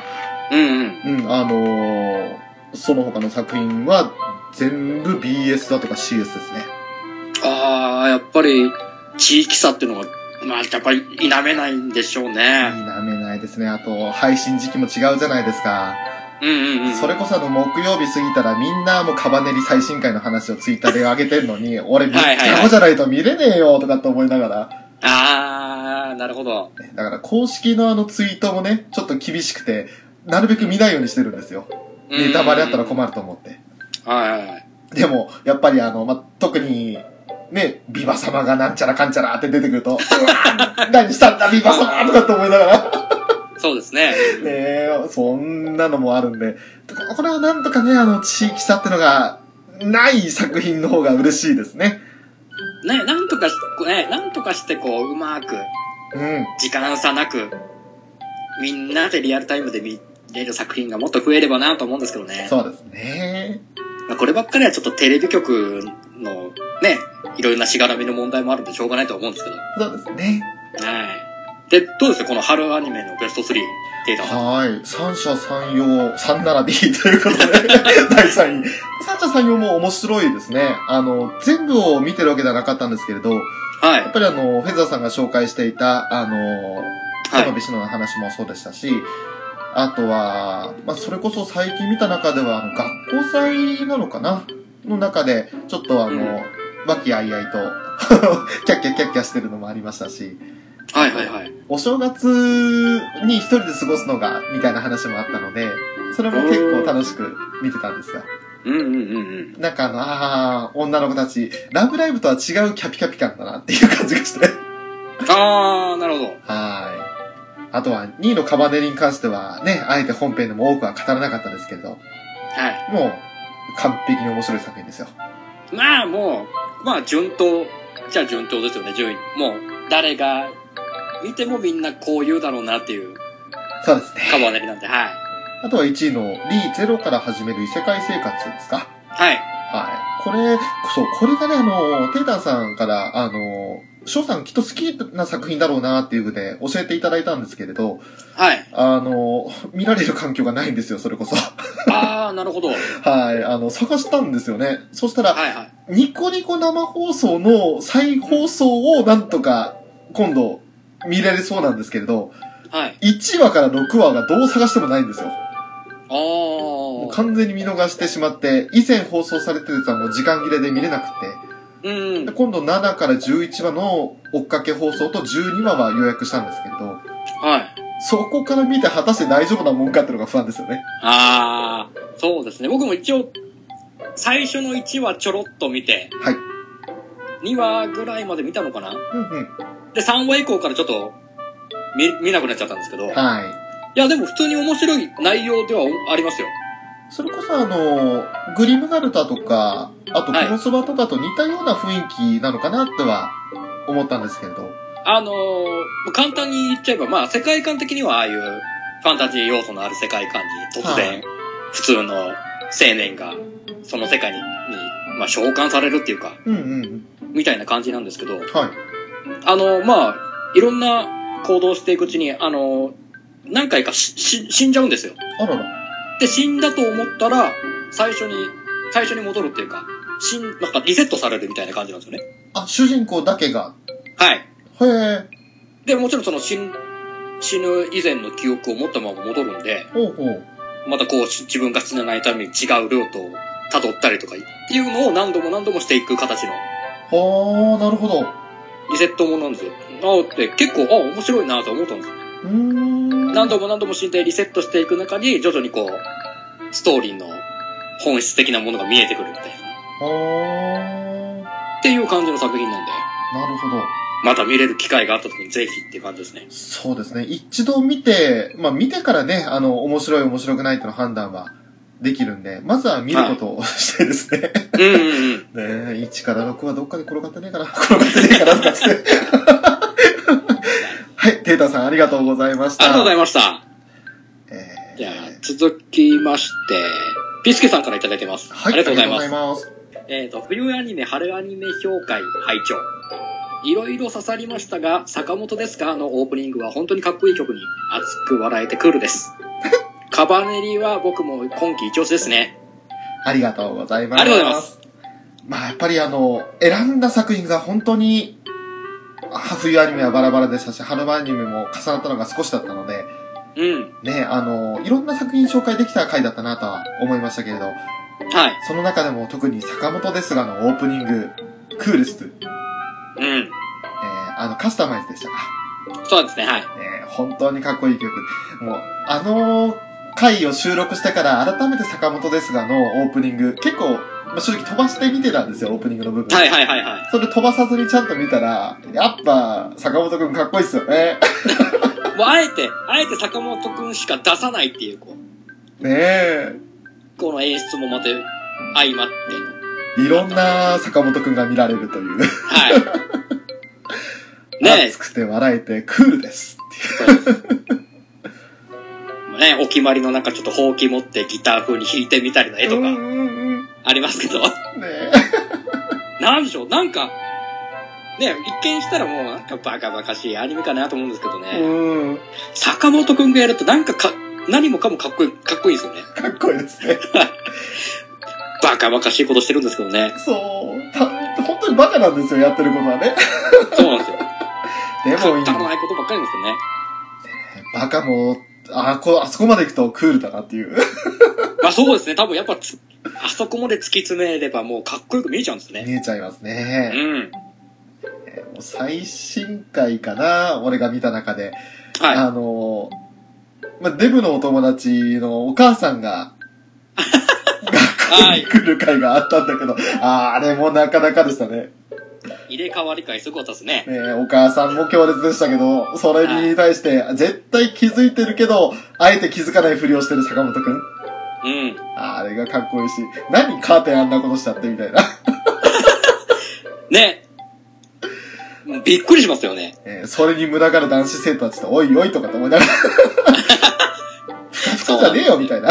その他の作品は全部 BS だとか CS ですね。 やっぱり地域差っていうのが、やっぱり否めないんでしょうね。 否めないですね。あと、配信時期も違うじゃないですか。それこそ木曜日過ぎたらみんなもうカバネリ最新回の話をツイッターで上げてるのに、俺3日後じゃないと見れねえよとかって思いながら。 なるほど。 だから公式のツイートもね、ちょっと厳しくて、なるべく見ないようにしてるんですよ。ネタバレあったら困ると思って。でも、やっぱり特に、 ね、ビバ様がなんちゃらかんちゃらって出てくると、うわー何したんだビバ様とかって思いながら。 そうですね。 ねえ、そんなのもあるんで、これはなんとかね、地域差ってのがない作品の方が嬉しいですね。 ね、なんとかしてこう、うまく、時間差なく、みんなでリアルタイムで見れる作品がもっと増えればなと思うんですけどね。 そうですね。 まあ、こればっかりはちょっとテレビ局のね、いろいろなしがらみの問題もあるんでしょうがないと思うんですけど。 そうですね。 はい。で、どうですかこの春アニメのベスト3、データは。 はい。三者三様、三並びということで、第3位。三者三様も面白いですね。全部を見てるわけではなかったんですけれど、 はい。 やっぱりフェザーさんが紹介していた、佐野の話もそうでしたし、あとは、まあ、それこそ最近見た中では、学校祭なのかなの中で、ちょっと和気あいあいと、キャッキャキャッキャしてるのもありましたし、 はいはいはい。 お正月に一人で過ごすのが、みたいな話もあったので、それも結構楽しく見てたんですよ。なんか女の子たち、ラブライブとは違うキャピキャピ感だなっていう感じがして。 あー、なるほど。 はい。あとは、2位のカバネリに関しては、ね、あえて本編でも多くは語らなかったですけど、 はい。 もう、完璧に面白い作品ですよ。 まあもう、まあ順当、じゃあ順当ですよね、順位。もう、誰が見てもみんなこう言うだろうなっていう。 そうですね。 カバネリなんで、はい。 あとは1位の、リーゼロから始める異世界生活ですか？ はい。 はい。これがね、テータンさんから、翔さんきっと好きな作品だろうなっていうので教えていただいたんですけれど、 はい。 見られる環境がないんですよ、それこそ。 あー、なるほど。 はい。探したんですよね。そしたら、 はいはい。 ニコニコ生放送の再放送をなんとか今度見られそうなんですけれど、 はい。 1話から6話がどう探してもないんですよ。 もう完全に見逃してしまって、以前放送されてるやつはもう時間切れで見れなくて、で今度7から11話の追っかけ放送と12話は予約したんですけれど、 はい。 そこから見て果たして大丈夫なもんかっていうのが不安ですよね。 あー、そうですね。僕も一応、最初の1話ちょろっと見て、 はい。 2話ぐらいまで見たのかな？ うん。 で、3話以降からちょっと見なくなっちゃったんですけど、 はい。 いや、でも普通に面白い内容ではありますよ。 それこそグリムガルタとか、あとクロスバとかと似たような雰囲気なのかなっては思ったんですけれど。 簡単に言っちゃえば、まあ世界観的にはああいうファンタジー要素のある世界観に突然、普通の青年がその世界にまあ召喚されるっていうか、みたいな感じなんですけど、はい。まあ、いろんな行動していくうちに、何回か死んじゃうんですよ。 あらら。 で、死んだと思ったら、最初に戻るっていうか、なんかリセットされるみたいな感じなんですよね。 あ、主人公だけが。 はい。 へえ。 で、もちろんその死ぬ以前の記憶を持ったまま戻るんで、またこう自分が死なないために違うルートを辿ったりとかっていうのを何度もしていく形の。 はあ、なるほど。 リセットものなんですよ。で結構、面白いなと思ったんですよ。何度も死んでリセットしていく中に徐々にこう、ストーリーの本質的なものが見えてくるみたいな。っていう感じの作品なんで。 なるほど。 また見れる機会があった時にぜひっていう感じですね。 そうですね。一度見て、まあ見てからね、面白い面白くないとの判断はできるんで、まずは見ることをしたいですね。ねえ、1から6はどっかで転がってねえかなとかして。はい、テータさんありがとうございました。 ありがとうございました。じゃあ、続きまして、ピスケさんからいただいてます。 はい、ありがとうございます。 冬アニメ、春アニメ評会拝聴。いろいろ刺さりましたが、坂本ですかのオープニングは本当にかっこいい曲に熱く笑えてクールです。カバネリは僕も今季一押しですね。 ありがとうございます。 ありがとうございます。 まあやっぱり選んだ作品が本当に、冬アニメはバラバラでしたし、春アニメも重なったのが少しだったので、ね、いろんな作品紹介できた回だったなとは思いましたけれど、はい。その中でも特に坂本ですがのオープニング、クールス。カスタマイズでしたか。 そうですね、はい。 本当にかっこいい曲。もう、 回を収録してから改めて坂本ですがのオープニング、結構、正直飛ばして見てたんですよ、オープニングの部分。 はいはいはいはい。 それ飛ばさずにちゃんと見たら、やっぱ、坂本くんかっこいいっすよね。 もうあえて坂本くんしか出さないっていう、こう。 ねえ。 この演出もまた相まって。 いろんな坂本くんが見られるという。 はい。ねえ。 熱くて笑えてクールですっていう。 ね、お決まりのなんかちょっとほうき持ってギター風に弾いてみたりの絵とかありますけど、ねなんでしょう、なんかね、一見したらもうなんかバカバカしいアニメかなと思うんですけどね、坂本くんがやるとなんか何もかもかっこいいですよね。 かっこいいですね。 バカバカしいことしてるんですけどね。 そう、本当にバカなんですよ、やってることはね。 そうなんですよ。 でもいい。 くだらないことばっかりですよね。 バカもあそこまで行くとクールだなっていう。 まあそうですね。多分やっぱあそこまで突き詰めればもうかっこよく見えちゃうんですね。 見えちゃいますね。 うん。 もう最新回かな、俺が見た中で。 はい。 デブのお友達のお母さんが、学校に来る回があったんだけど、あれもなかなかでしたね。 入れ替わり会すごかったですね。 お母さんも強烈でしたけど、それに対して、絶対気づいてるけど、あえて気づかないふりをしてる坂本くん。 うん。 あれがかっこいいし、何カーテンあんなことしちゃってみたいな。 ね。びっくりしますよね。 それに群がる男子生徒たちと、おいおいとかと思いながら、ふかじゃねえよみたいな。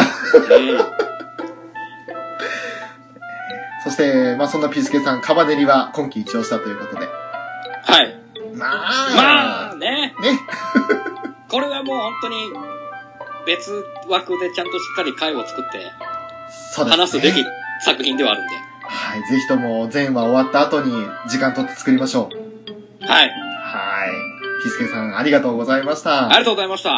そして、そんなピースケさん、カバネリは今季一押したということで。 はい。 まあね。これはもう本当に別枠でちゃんとしっかり回を作って話すべき作品ではあるんで。 はい。ぜひとも全話終わった後に時間取って作りましょう。 はい。 はい。ピースケさん、ありがとうございました。 ありがとうございました。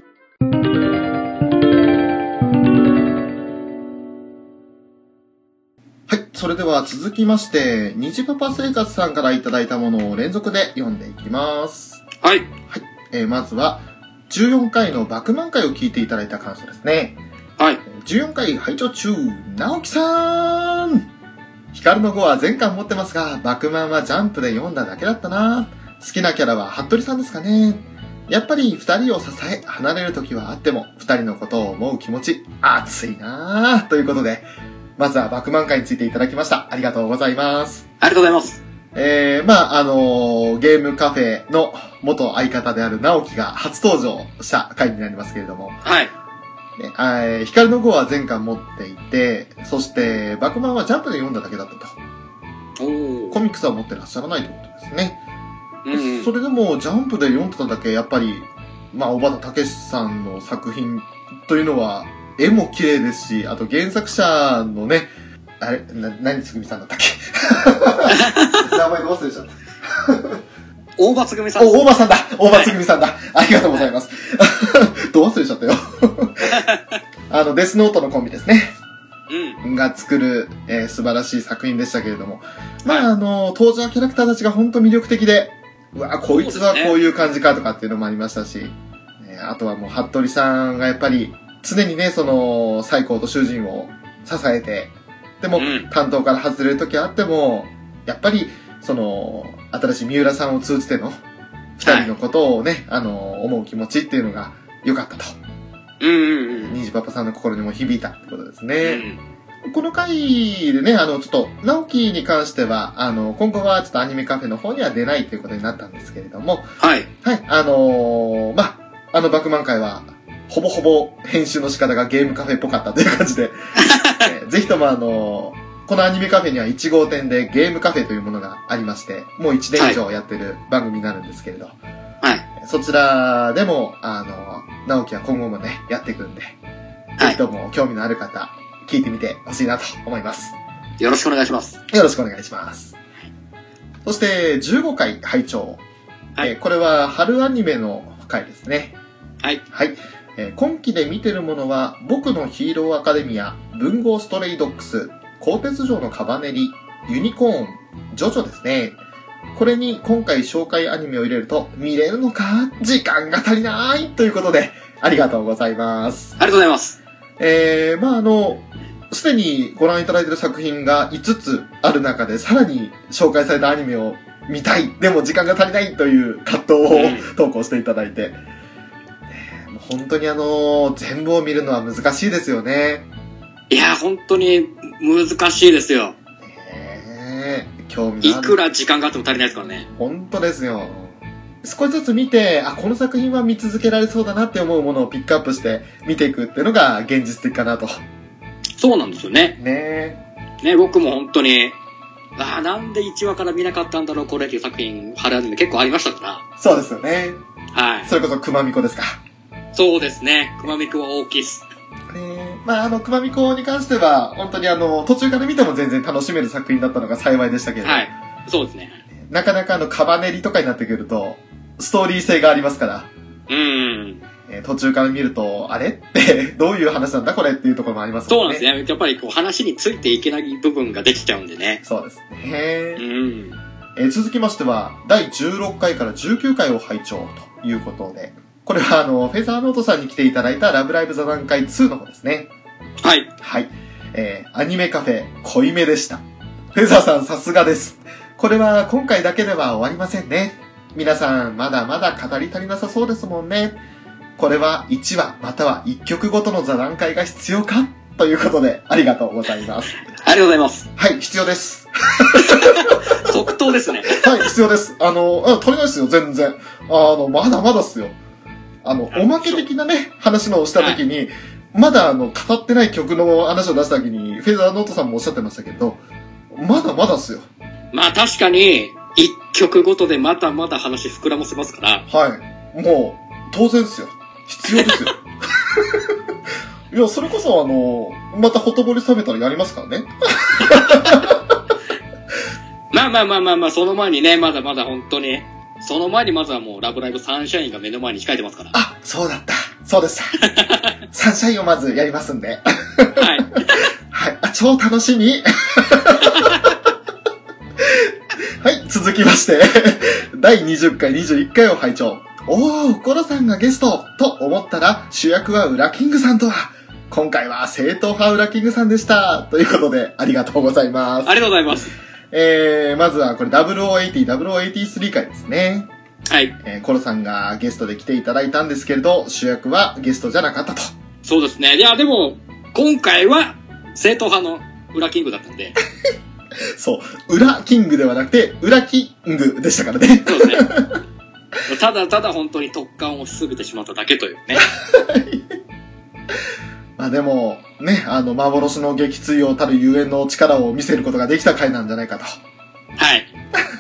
それでは続きまして、虹パパ生活さんからいただいたものを連続で読んでいきます。 はい。 はい。まずは、14回のバクマン会を聞いていただいた感想ですね。 はい。 14回拝聴中、直樹さんヒカルの5は全巻持ってますが、バクマンはジャンプで読んだだけだったな。好きなキャラは服部さんですかね。やっぱり二人を支え、離れる時はあっても、二人のことを思う気持ち、熱いなということで、まずはバクマン会についていただきました。ありがとうございます。 ありがとうございます。 ゲームカフェの元相方である直樹が初登場した回になりますけれども。 はい。 ヒカルの5は全巻持っていて、そして、バクマンはジャンプで読んだだけだったと。コミックスは持ってらっしゃらないということですね。それでも、ジャンプで読んでただけ、やっぱり、小畑武史さんの作品というのは、絵も綺麗ですし、あと原作者のね、何つぐみさんだったっけ名前どう忘れちゃった。 大場つぐみさん。 大場さんだ。大場つぐみさんだ。ありがとうございます。どう忘れちゃったよ。デスノートのコンビですね。が作る、素晴らしい作品でしたけれども。登場キャラクターたちが本当魅力的で、うわ、こいつはこういう感じかとかっていうのもありましたし、あとはもう、服部さんがやっぱり、常にね、サイコーと囚人を支えて、でも、担当から外れる時あっても、やっぱり、新しい三浦さんを通じての、二人のことをね、思う気持ちっていうのが良かったと。虹パパさんの心にも響いたってことですね。この回でね、ちょっと、直樹に関しては、今後はちょっとアニメカフェの方には出ないということになったんですけれども、 はい。 はい、バクマン会は、ほぼほぼ編集の仕方がゲームカフェっぽかったという感じで、ぜひともこのアニメカフェには1号店でゲームカフェというものがありまして、もう1年以上やってる番組になるんですけれど、 はい。 そちらでも、直樹は今後もね、やっていくんで、ぜひとも興味のある方、聞いてみてほしいなと思います。 よろしくお願いします。 よろしくお願いします。そして、15回拝聴。 はい。 これは春アニメの回ですね。 はい。 はい。今期で見てるものは、僕のヒーローアカデミア、文豪ストレイドッグス、鋼鉄城のカバネリ、ユニコーン、ジョジョですね。これに今回紹介アニメを入れると、見れるのか時間が足りないということで、 ありがとうございます。 ありがとうございます。 すでにご覧いただいている作品が5つある中で、さらに紹介されたアニメを見たい、でも時間が足りないという葛藤を、投稿していただいて、本当に全部を見るのは難しいですよね。 いや、本当に難しいですよ。 興味がある。 いくら時間があっても足りないですからね。 本当ですよ。少しずつ見て、この作品は見続けられそうだなって思うものをピックアップして見ていくっていうのが現実的かなと。 そうなんですよね。 ね、 僕も本当に、なんで1話から見なかったんだろうこれっていう作品、春アニメ結構ありましたから。 そうですよね。 はい。 それこそくまみこですか。 そうですね。くまみこは大きいっす。 くまみこに関しては、本当に途中から見ても全然楽しめる作品だったのが幸いでしたけれど。 はい。そうですね。 なかなかカバネリとかになってくると、ストーリー性がありますから。途中から見ると、あれってどういう話なんだこれっていうところもありますもんね。 そうなんですね。やっぱり話についていけない部分ができちゃうんでね。 そうですね。続きましては、第16回から19回を拝聴ということで、これはフェザーノートさんに来ていただいたラブライブ座談会2の方ですね。 はい。 はい。アニメカフェ濃いめでした。フェザーさんさすがです。これは今回だけでは終わりませんね。皆さんまだまだ語り足りなさそうですもんね。これは1話または1曲ごとの座談会が必要かということでありがとうございます。 ありがとうございます。 はい、必要です。 即答ですね。 はい、必要です。足りないですよ、全然。まだまだっすよ。おまけ的なね、話のをしたときに、まだ語ってない曲の話を出したときに、フェザーノートさんもおっしゃってましたけど、まだまだっすよ。 まあ確かに、一曲ごとでまだまだ話膨らませますから。 はい。もう、当然ですよ。必要ですよ。いや、それこそまたほとぼり冷めたらやりますからね。 まあ、その前にね、まだまだ本当に、その前にまずはもうラブライブサンシャインが目の前に控えてますから。 そうだった。そうです。サンシャインをまずやりますんで。はい。はい。超楽しみ。はい、続きまして、第20回、21回を拝聴。コロさんがゲストと思ったら、主役はウラキングさんとは。今回は正統派ウラキングさんでした。ということで、ありがとうございます。 ありがとうございます。 まずはこれ0080、0083回ですね。 はい。 コロさんがゲストで来ていただいたんですけれど、主役はゲストじゃなかったと。 そうですね。いや、でも、今回は正統派のウラキングだったんで。 そう、ウラキングではなくて、ウラキングでしたからね。 そうですね。ただただ本当に特感をしすぎてしまっただけというね。 まあでも、ね、幻の撃墜王たるゆえんの力を見せることができた回なんじゃないかと。 はい。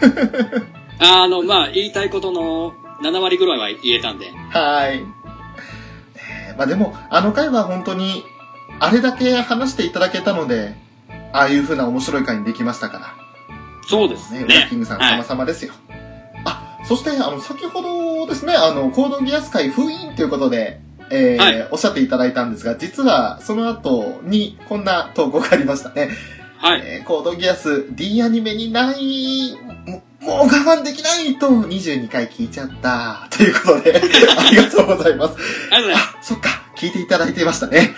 まあ、言いたいことの7割ぐらいは言えたんで。 はい。まあでも、回は本当に、あれだけ話していただけたので、ああいう風な面白い回にできましたから。 そうですね。 ウラキングさん様々ですよ。はい、そして、先ほどですね、コードギアス会封印ということで、はい、おっしゃっていただいたんですが、実はその後にこんな投稿がありましたね。 はい。 コードギアス D アニメにない、もう我慢できないと22回聞いちゃった。ということで、ありがとうございます。 ありがとうございます。 そっか、聞いていただいていましたね。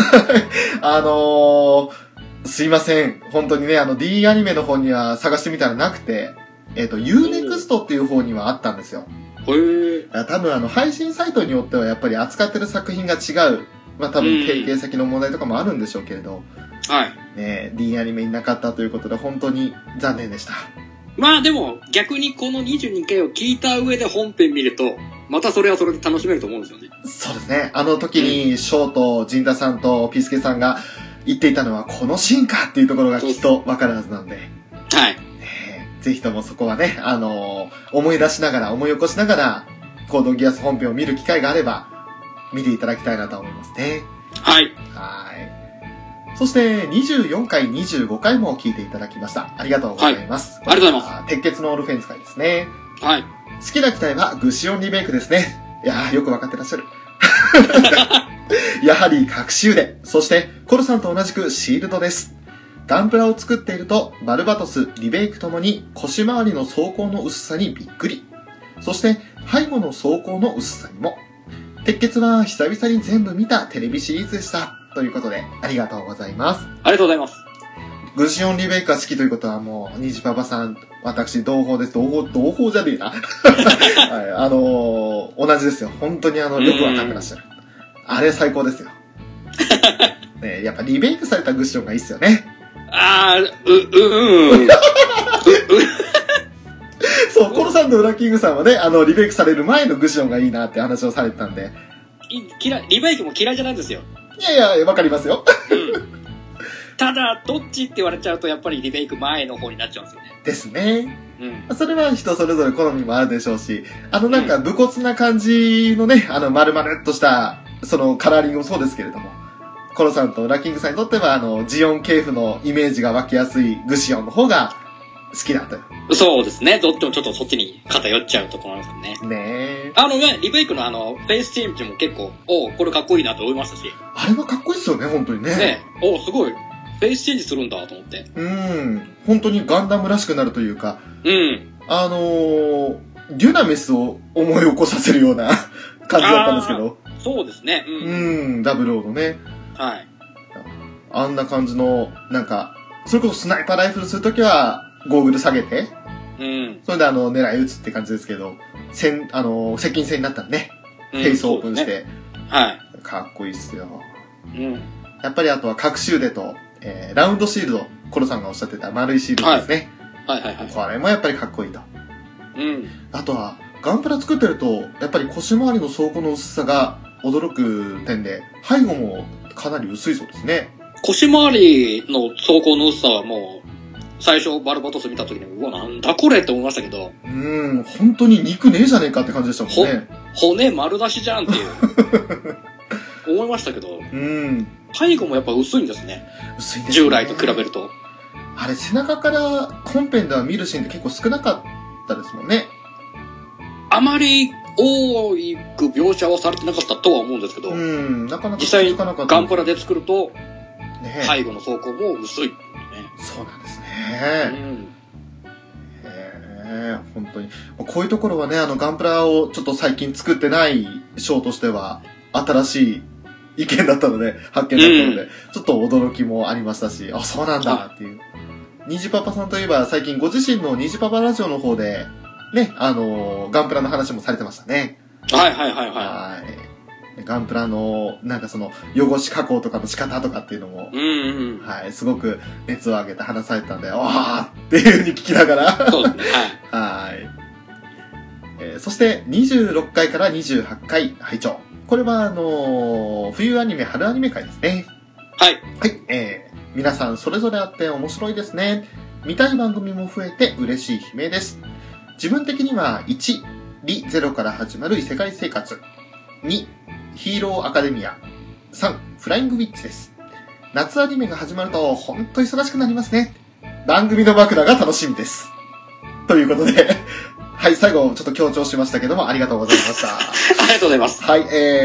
すいません。本当にね、D アニメの方には探してみたらなくて、Unext っていう方にはあったんですよ。多分配信サイトによってはやっぱり扱ってる作品が違う。まあ多分提携先の問題とかもあるんでしょうけれど。 はい。 ね、D アニメになかったということで本当に残念でした。 まあでも逆にこの22回を聞いた上で本編見ると、またそれはそれで楽しめると思うんですよね。 そうですね。時にショーとジンタさんとピスケさんが言っていたのはこのシーンかっていうところがきっとわかるはずなんで。 はい。 ぜひともそこはね、思い出しながら、思い起こしながら、コードギアス本編を見る機会があれば、見ていただきたいなと思いますね。 はい。 はい。そして、24回、25回も聞いていただきました。ありがとうございます。 はい、ありがとうございます。 鉄血のオールフェンス会ですね。 はい。 好きな機体はグシオンリメイクですね。いやー、よくわかってらっしゃる。やはり各種で、そして、コルさんと同じくシールドです。ガンプラを作っていると、バルバトス、リベイクともに腰回りの装甲の薄さにびっくり。そして、背後の装甲の薄さにも。 鉄血は久々に全部見たテレビシリーズでした。ということで、ありがとうございます。 ありがとうございます。 グシオンリメイクが好きということはもう、虹パパさん、私、同胞です。同胞じゃねえな。はい、同じですよ。本当によくわかってらっしゃる。あれ最高ですよ。ね、やっぱリメイクされたグシオンがいいっすよね。そう、コロさんとウラキングさんはね、リメイクされる前のグシオンがいいなって話をされてたんで。 リメイクも嫌いじゃないんですよ。 いやいや、わかりますよ。 ただ、どっちって言われちゃうと、やっぱりリメイク前の方になっちゃうんですよね。 ですね。 うん。 それは人それぞれ好みもあるでしょうし、なんか、武骨な感じのね、丸々っとした、そのカラーリングもそうですけれども、コロさんとウラキングさんにとっては、ジオン系譜のイメージが湧きやすいグシオンの方が好きだと。 そうですね。どっちもちょっとそっちに偏っちゃうところなんですよね。 ねえ。リメイクのフェイスチェンジも結構、これかっこいいなと思いましたし。 あれはかっこいいっすよね、本当にね。 ねすごい。フェイスチェンジするんだと思って。 本当にガンダムらしくなるというか、 うん。 デュナメスを思い起こさせるような感じだったんですけど。 そうですね。 ダブルオーのね。 はい。 あんな感じの、なんか、それこそスナイパーライフルするときは、ゴーグル下げて、それで狙い撃つって感じですけど、接近戦になったらね、フェイスオープンして、 はい。 かっこいいっすよ。 やっぱりあとは各シューデと、ラウンドシールド、コロさんがおっしゃってた丸いシールドですね。 はい。 これもやっぱりかっこいいと。あとは、ガンプラ作ってると、やっぱり腰回りの装甲の薄さが驚く点で、背後もかなり薄いそうですね。 腰回りの装甲の薄さはもう、最初バルバトス見た時に、うわ、なんだこれって思いましたけど。 本当に肉ねえじゃねえかって感じでしたもんね。 骨丸出しじゃんっていう。思いましたけど。背後もやっぱ薄いんですね。 薄いですね。 従来と比べると。 あれ、背中から本編では見るシーンって結構少なかったですもんね。 あまり多く描写はされてなかったとは思うんですけど。 なかなか実際ガンプラで作ると、背後の装甲も薄い。 そうなんですね。本当に。こういうところはね、ガンプラをちょっと最近作ってないショーとしては、新しい意見だったので、発見だったので、ちょっと驚きもありましたし、そうなんだっていう。虹パパさんといえば、最近ご自身の虹パパラジオの方で、ね、ガンプラの話もされてましたね。 はい。 ガンプラの、なんか汚し加工とかの仕方とかっていうのも、はい、すごく熱を上げて話されてたんで、わーっていう風に聞きながら。 そうですね。 はい。そして、26回から28回拝聴。これは、冬アニメ、春アニメ回ですね。 はい。 はい、皆さんそれぞれあって面白いですね。見たい番組も増えて嬉しい悲鳴です。自分的には、1、リゼロから始まる異世界生活。2、ヒーローアカデミア。3、フライングウィッチです。夏アニメが始まると、ほんと忙しくなりますね。番組の枕が楽しみです。ということで、はい、最後ちょっと強調しましたけども、ありがとうございました。 ありがとうございます。 はい、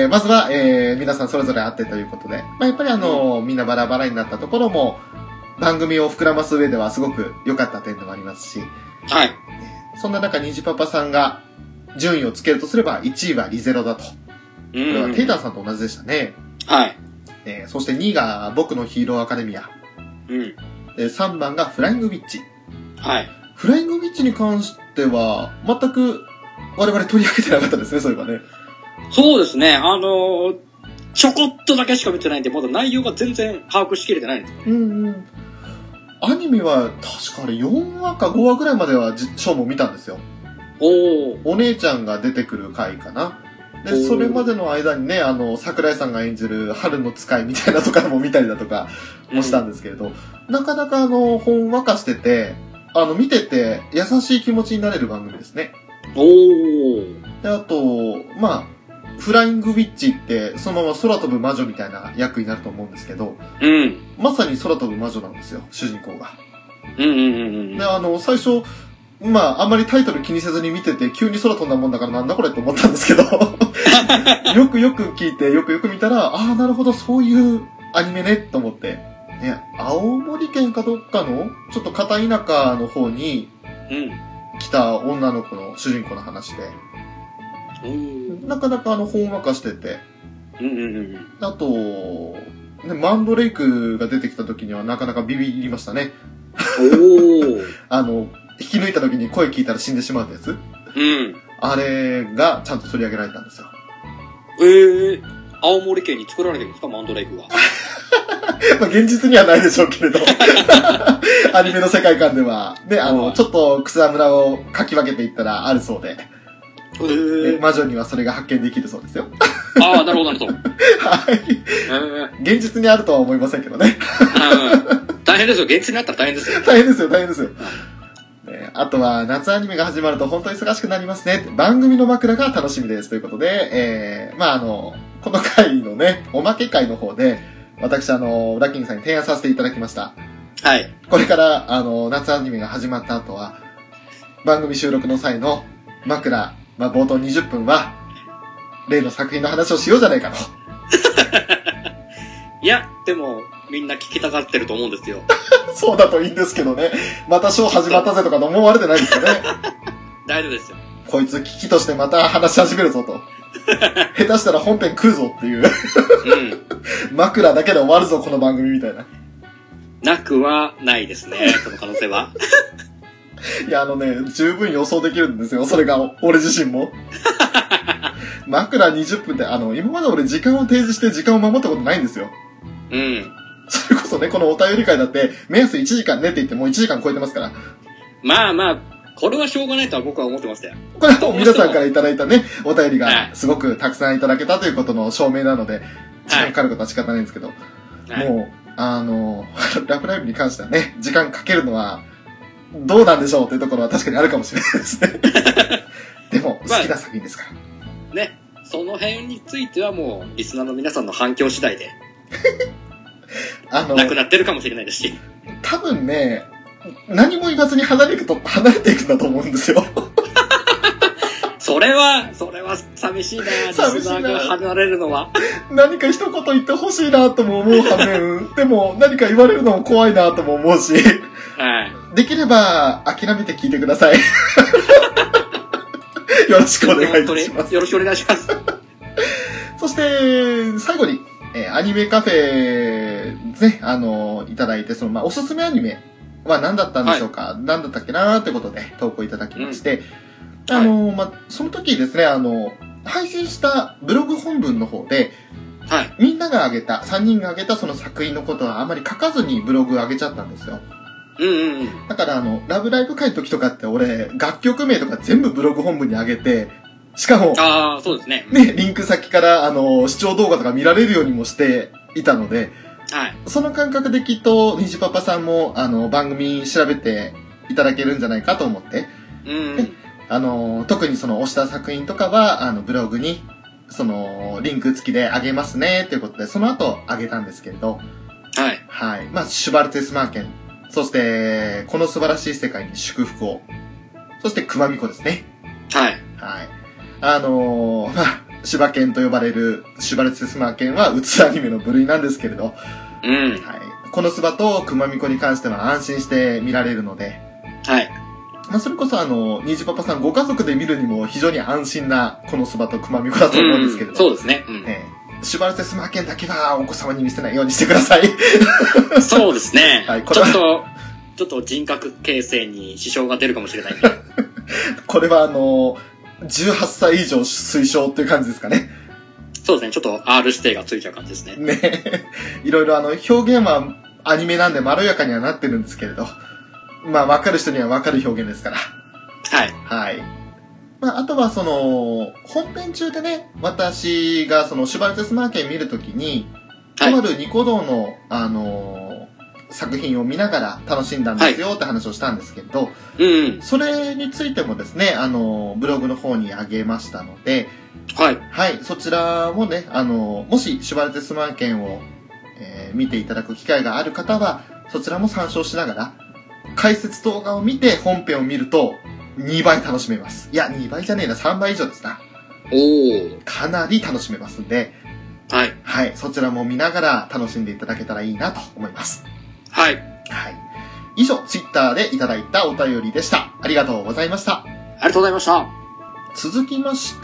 まずは、皆さんそれぞれあってということで、やっぱりみんなバラバラになったところも、番組を膨らます上ではすごく良かった点でもありますし、 はい。 そんな中、虹パパさんが順位をつけるとすれば、1位はリゼロだと。これはテイターさんと同じでしたね。 はい。 そして2位が僕のヒーローアカデミア。3番がフライングウィッチ。 はい。 フライングウィッチに関しては、全く我々取り上げてなかったですね、そういえばね。 そうですね。ちょこっとだけしか見てないんで、まだ内容が全然把握しきれてないんです。 アニメは確かあれ4話か5話ぐらいまではショーも見たんですよ。お姉ちゃんが出てくる回かな。で、それまでの間にね、桜井さんが演じる春の使いみたいなとかも見たりだとかもしたんですけれど、なかなかほんわかしてて、見てて優しい気持ちになれる番組ですね。で、あと、フライングウィッチってそのまま空飛ぶ魔女みたいな役になると思うんですけど、まさに空飛ぶ魔女なんですよ、主人公が。で、最初、あんまりタイトル気にせずに見てて、急に空飛んだもんだからなんだこれって思ったんですけど、よくよく聞いて、よくよく見たら、なるほど、そういうアニメね、と思って。ね、青森県かどっかの、ちょっと片田舎の方に、来た女の子の主人公の話で、 なかなかほんわかしてて。あと、ね、マンドレイクが出てきた時にはなかなかビビりましたね。引き抜いた時に声聞いたら死んでしまうやつ。あれがちゃんと取り上げられたんですよ。 青森県に作られてるんですか、マンドレイクは。 まあ現実にはないでしょうけれど。アニメの世界観では。で、ちょっと草むらをかき分けていったらあるそうで。魔女にはそれが発見できるそうですよ。 ああ、なるほど、なるほど。 はい。現実にあるとは思いませんけどね。 大変ですよ。現実にあったら大変ですよ。 大変ですよ、大変ですよ。あとは、夏アニメが始まると本当に忙しくなりますね。番組の枕が楽しみです。ということで、この回のね、おまけ回の方で、私、ラッキングさんに提案させていただきました。 はい。 これから、夏アニメが始まった後は、番組収録の際の枕、冒頭20分は、例の作品の話をしようじゃないかと。 いや、でも、みんな聞きたがってると思うんですよ。 そうだといいんですけどね。またショー始まったぜとか思われてないですよね。 大丈夫ですよ。 こいつ危機としてまた話し始めるぞと。下手したら本編来るぞっていう。枕だけで終わるぞこの番組みたいな。 なくはないですね、その可能性は。 いや十分予想できるんですよ。それが俺自身も。枕20分って今まで俺時間を提示して時間を守ったことないんですよ。それこそね、このお便り会だって、目安1時間ねって言ってもう1時間超えてますから。 まあ、これはしょうがないとは僕は思ってましたよ。 これは皆さんからいただいたね、お便りがすごくたくさんいただけたということの証明なので、時間かかることは仕方ないんですけど、もう、ラブライブに関してはね、時間かけるのは、どうなんでしょうというところは確かにあるかもしれないですね。でも、好きな作品ですから。 ね、その辺についてはもう、リスナーの皆さんの反響次第で。なくなってるかもしれないですし。 多分ね、何も言わずに離れていくんだと思うんですよ。 それは寂しいな、リスナーが離れるのは。 何か一言言ってほしいなとも思う反面、でも何か言われるのも怖いなとも思うし、できれば諦めて聞いてください。よろしくお願いいたします。 よろしくお願いします。 そして、最後に、アニメカフェね、いただいて、おすすめアニメは何だったんでしょうか、何だったっけなーってことで投稿いただきまして、その時ですね、配信したブログ本文の方で、みんなが挙げた、3人が挙げたその作品のことはあまり書かずにブログ上げちゃったんですよ。だから、ラブライブ会の時とかって俺、楽曲名とか全部ブログ本文に上げて、しかも、 そうですね。 リンク先から、視聴動画とか見られるようにもしていたので、その感覚できっと、虹パパさんも、番組調べていただけるんじゃないかと思って、特に押した作品とかは、ブログに、リンク付きで上げますね、ということで、その後上げたんですけれど、シュバルツェスマーケン、そして、この素晴らしい世界に祝福を、そして熊巫女ですね。柴犬と呼ばれるシュバルツェスマーケンはうつアニメの部類なんですけれど、このスバと熊巫女に関しては安心して見られるので、それこそ虹パパさんご家族で見るにも非常に安心なこのスバと熊巫女だと思うんですけれど、 そうですね。 シュバルツェスマーケンだけはお子様に見せないようにしてください。 そうですね。ちょっと人格形成に支障が出るかもしれない。 これは18歳以上推奨っていう感じですかね。 そうですね。ちょっと R 指定がついちゃう感じですね。 いろいろ表現はアニメなんでまろやかにはなってるんですけれど、わかる人にはわかる表現ですから。あとは本編中でね、私がシュバルツェスマーケン見るときに、とあるニコ動の、作品を見ながら楽しんだんですよって話をしたんですけど、それについてもですね、ブログの方に上げましたので、そちらもね、もしシュバルツェスマーケンを、見ていただく機会がある方は、そちらも参照しながら、解説動画を見て本編を見ると、2倍楽しめます。いや、2倍じゃねえな、3倍以上ですな。かなり楽しめますんで、そちらも見ながら楽しんでいただけたらいいなと思います。以上、ツイッターでいただいたお便りでした。ありがとうございました。 ありがとうございました。 続きまして、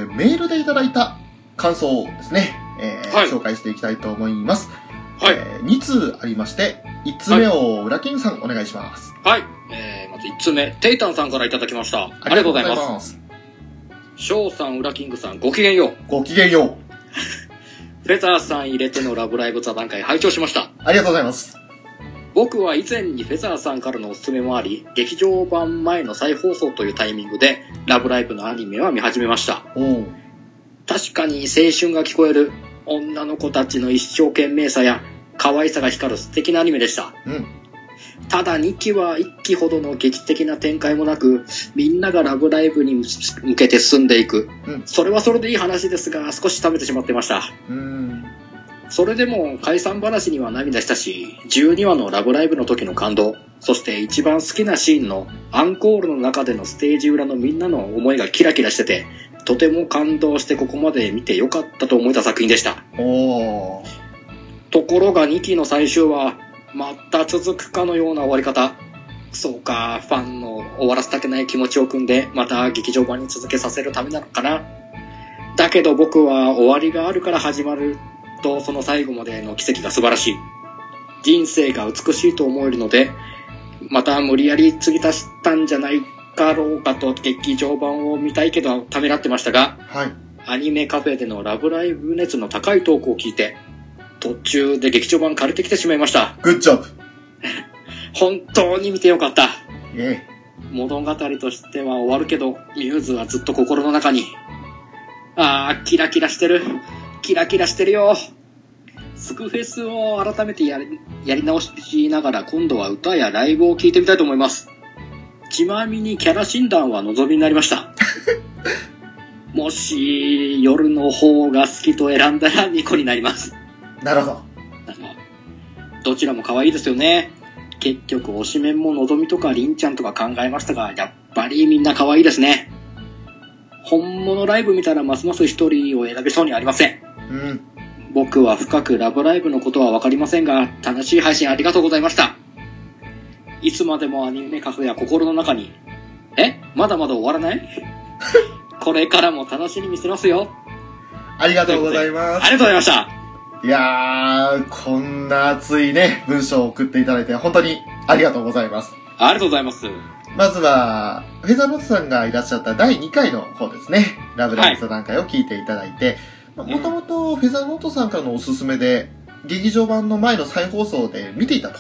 メールでいただいた感想ですね。 はい紹介していきたいと思います。 はい。 2通ありまして、1通目をウラキングさんお願いします。 はい。まず1つ目、テイタンさんからいただきました。ありがとうございます。翔さん、ウラキングさん、ごきげんよう。 ごきげんよう。 フェザーさん入れてのラブライブ座談会拝聴しました。 ありがとうございます。 僕は以前にフェザーさんからのおすすめもあり、劇場版前の再放送というタイミングで、ラブライブのアニメは見始めました。確かに青春が聞こえる女の子たちの一生懸命さや可愛さが光る素敵なアニメでした。ただ2期は1期ほどの劇的な展開もなく、みんながラブライブに向けて進んでいく。それはそれでいい話ですが、少し冷めてしまってました。それでも解散話には涙したし、12話のラブライブの時の感動、そして一番好きなシーンのアンコールの中でのステージ裏のみんなの思いがキラキラしてて、とても感動してここまで見てよかったと思えた作品でした。ところが2期の最終話、また続くかのような終わり方。そうか、ファンの終わらせたくない気持ちを組んで、また劇場版に続けさせるためなのかな。だけど僕は終わりがあるから始まると、その最後までの奇跡が素晴らしい。人生が美しいと思えるので、また無理やり継ぎ足したんじゃないかろうかと劇場版を見たいけどためらってましたが、アニメカフェでのラブライブ熱の高いトークを聞いて、途中で劇場版借りてきてしまいました。 グッジョブ。 本当に見てよかった。物語としては終わるけど、ミューズはずっと心の中に。キラキラしてる。キラキラしてるよ。スクフェスを改めてやり直しながら、今度は歌やライブを聴いてみたいと思います。ちなみにキャラ診断は望みになりました。もし夜の方が好きと選んだらニコになります。 なるほど。 どちらも可愛いですよね。結局推しメンものぞみとかりんちゃんとか考えましたが、やっぱりみんな可愛いですね。本物ライブ見たらますます一人を選びそうにありません。僕は深くラブライブのことは分かりませんが、楽しい配信ありがとうございました。いつまでもアニメカフェや心の中に。まだまだ終わらないこれからも楽しみにしてますよ。 ありがとうございます。 ありがとうございました。 いやー、こんな熱いね、文章を送っていただいて、本当にありがとうございます。 ありがとうございます。 まずは、フェザーノートさんがいらっしゃった第2回の方ですね。ラブライブ座談会を聞いていただいて、もともとフェザーノートさんからのおすすめで、劇場版の前の再放送で見ていたと。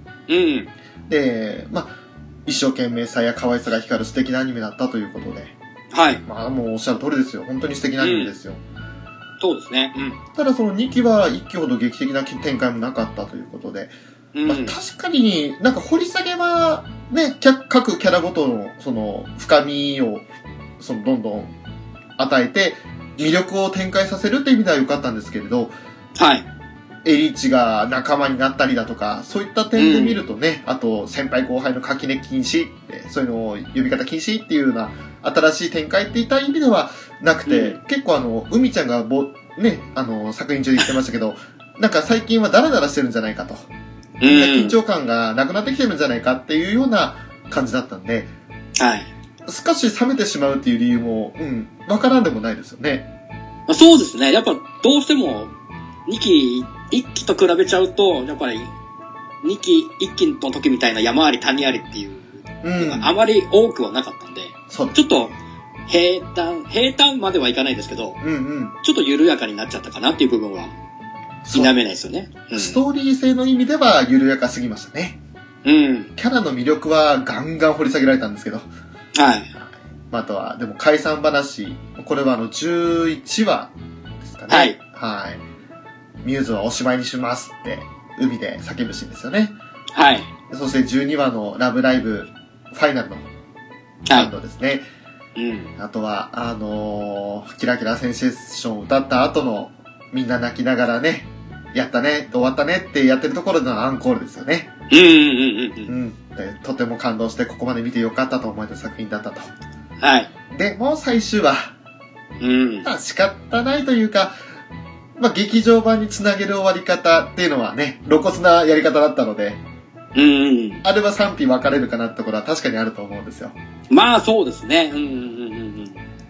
で、一生懸命さや可愛さが光る素敵なアニメだったということで。もうおっしゃる通りですよ。本当に素敵なアニメですよ。 そうですね。 ただその2期は1期ほど劇的な展開もなかったということで、確かになんか掘り下げはね、各キャラごとのその深みをどんどん与えて魅力を展開させるっていう意味では良かったんですけれど、エリッチが仲間になったりだとか、そういった点で見るとね、あと先輩後輩の垣根禁止って、そういうのを呼び方禁止っていうような新しい展開っていった意味ではなくて、結構海ちゃんが作品中で言ってましたけど、なんか最近はダラダラしてるんじゃないかと。緊張感がなくなってきてるんじゃないかっていうような感じだったんで、少し冷めてしまうっていう理由も、わからんでもないですよね。 そうですね。やっぱどうしても1期と比べちゃうと、やっぱり1期の時みたいな山あり谷ありっていうのがあまり多くはなかったんで、ちょっと平坦まではいかないですけど、ちょっと緩やかになっちゃったかなっていう部分は否めないですよね。 ストーリー性の意味では緩やかすぎましたね。キャラの魅力はガンガン掘り下げられたんですけど。あとは、でも解散話、これは11話ですかね。ミューズはおしまいにしますって海で叫ぶシーンですよね。そして12話のラブライブファイナルのバンドですね。あとは、キラキラセンセーションを歌った後のみんな泣きながらね、やったね、終わったねってやってるところでのアンコールですよね。とても感動してここまで見てよかったと思えた作品だったと。で、もう最終話。仕方ないというか、劇場版につなげる終わり方っていうのはね、露骨なやり方だったので、あれは賛否分かれるかなってところは確かにあると思うんですよ。 そうですね。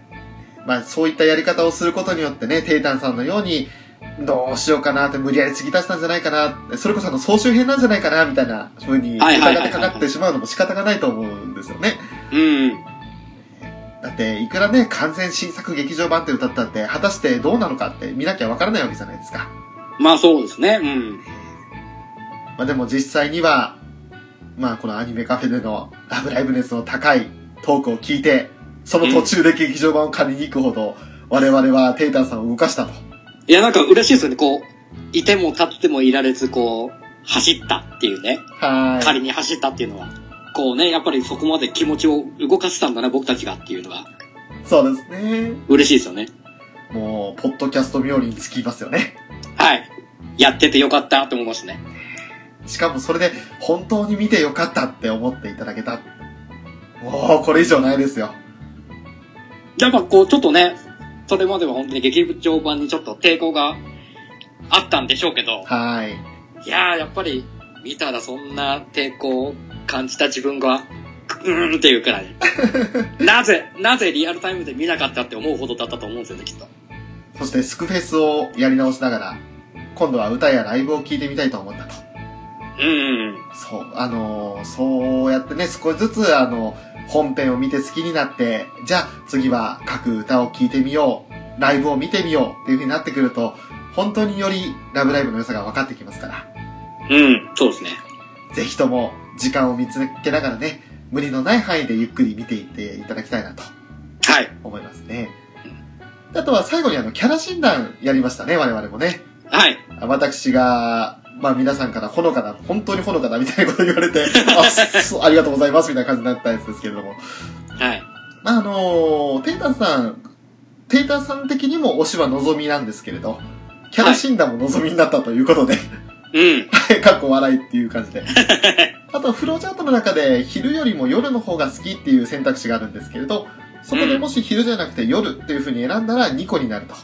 まあそういったやり方をすることによってね、テイタンさんのように、どうしようかなって無理やり継ぎ足したんじゃないかな、それこそ総集編なんじゃないかな、みたいな風に疑ってかかってしまうのも仕方がないと思うんですよね。 うん。 だって、いくらね、完全新作劇場版って歌ったって、果たしてどうなのかって見なきゃわからないわけじゃないですか。 まあそうですね。うん。 まあでも実際には、まあこのアニメカフェでのラブライブ熱の高いトークを聞いて、その途中で劇場版を借りに行くほど、我々はテイタンさんを動かしたと。 いや、なんか嬉しいですよね。こう、いても立ってもいられず、こう、走ったっていうね。 はい。 仮に走ったっていうのは。こうね、やっぱりそこまで気持ちを動かせたんだな、僕たちがっていうのが。 そうですね。 嬉しいですよね。 もう、ポッドキャスト冥利につきますよね。 はい。やっててよかったって思いますね。 しかもそれで、本当に見てよかったって思っていただけた。もう、これ以上ないですよ。 やっぱこう、ちょっとね、それまでは本当に劇場版にちょっと抵抗があったんでしょうけど。 はい。 いやー、やっぱり、見たらそんな抵抗を感じた自分が、っていうくらい。なぜリアルタイムで見なかったって思うほどだったと思うんですよね、きっと。 そしてスクフェスをやり直しながら、今度は歌やライブを聴いてみたいと思ったと。そう、そうやってね、少しずつ本編を見て好きになって、じゃあ次は各歌を聴いてみよう、ライブを見てみようっていう風になってくると、本当によりラブライブの良さが分かってきますから。 そうですね。 ぜひとも時間を見つけながらね、無理のない範囲でゆっくり見ていっていただきたいなと。 はい。 思いますね。あとは最後にキャラ診断やりましたね、我々もね。 はい。 私が、まあ皆さんからほのかだ、本当にほのかだみたいなこと言われて、ありがとうございますみたいな感じになったやつですけれども。 はい。 まあテイタンさん的にも推しは望みなんですけれど、キャラ診断も望みになったということで、はい。かっこ笑いっていう感じで。あと、フローチャートの中で昼よりも夜の方が好きっていう選択肢があるんですけれど、そこでもし昼じゃなくて夜っていう風に選んだら2個になると。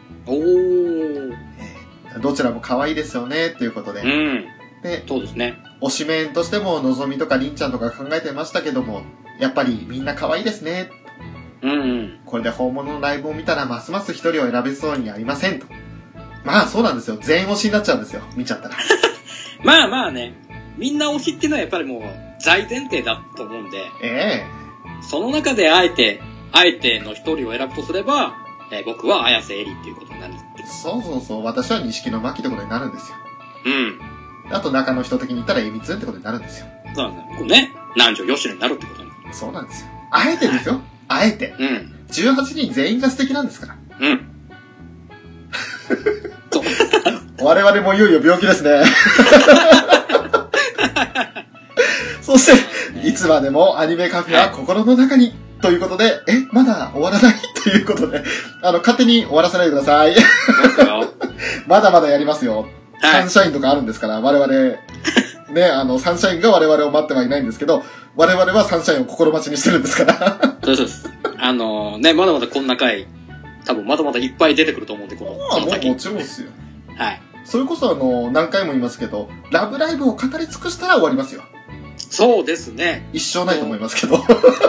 どちらも可愛いですよねっていうことで。で、 そうですね。 推しメンとしてものぞみとかりんちゃんとか考えてましたけども、やっぱりみんな可愛いですね。これで本物のライブを見たらますます一人を選べそうにありませんと。まあそうなんですよ。全員推しになっちゃうんですよ。見ちゃったら。 まあまあね。みんな推しっていうのはやっぱりもう大前提だと思うんで。その中であえての一人を選ぶとすれば、僕は綾瀬エリっていうことになるんです。 そう。私は錦野真希ってことになるんですよ。あと中の人的に言ったらエビツンってことになるんですよ。 そうなんだ。こうね。南條吉野になるってことに。 そうなんですよ。あえてですよ。あえて。18人全員が素敵なんですから。 そう。 我々もいよいよ病気ですね。そして、いつまでもアニメカフェは心の中に、ということで、まだ終わらないということで、勝手に終わらせないでください。まだまだやりますよ。サンシャインとかあるんですから、我々、ね、サンシャインが我々を待ってはいないんですけど、我々はサンシャインを心待ちにしてるんですから。 そうです。ね、まだまだこんな回、多分まだまだいっぱい出てくると思うんで、この先。 もちろんですよ。 はい。 それこそ何回も言いますけど、ラブライブを語り尽くしたら終わりますよ。 そうですね。 一生ないと思いますけど。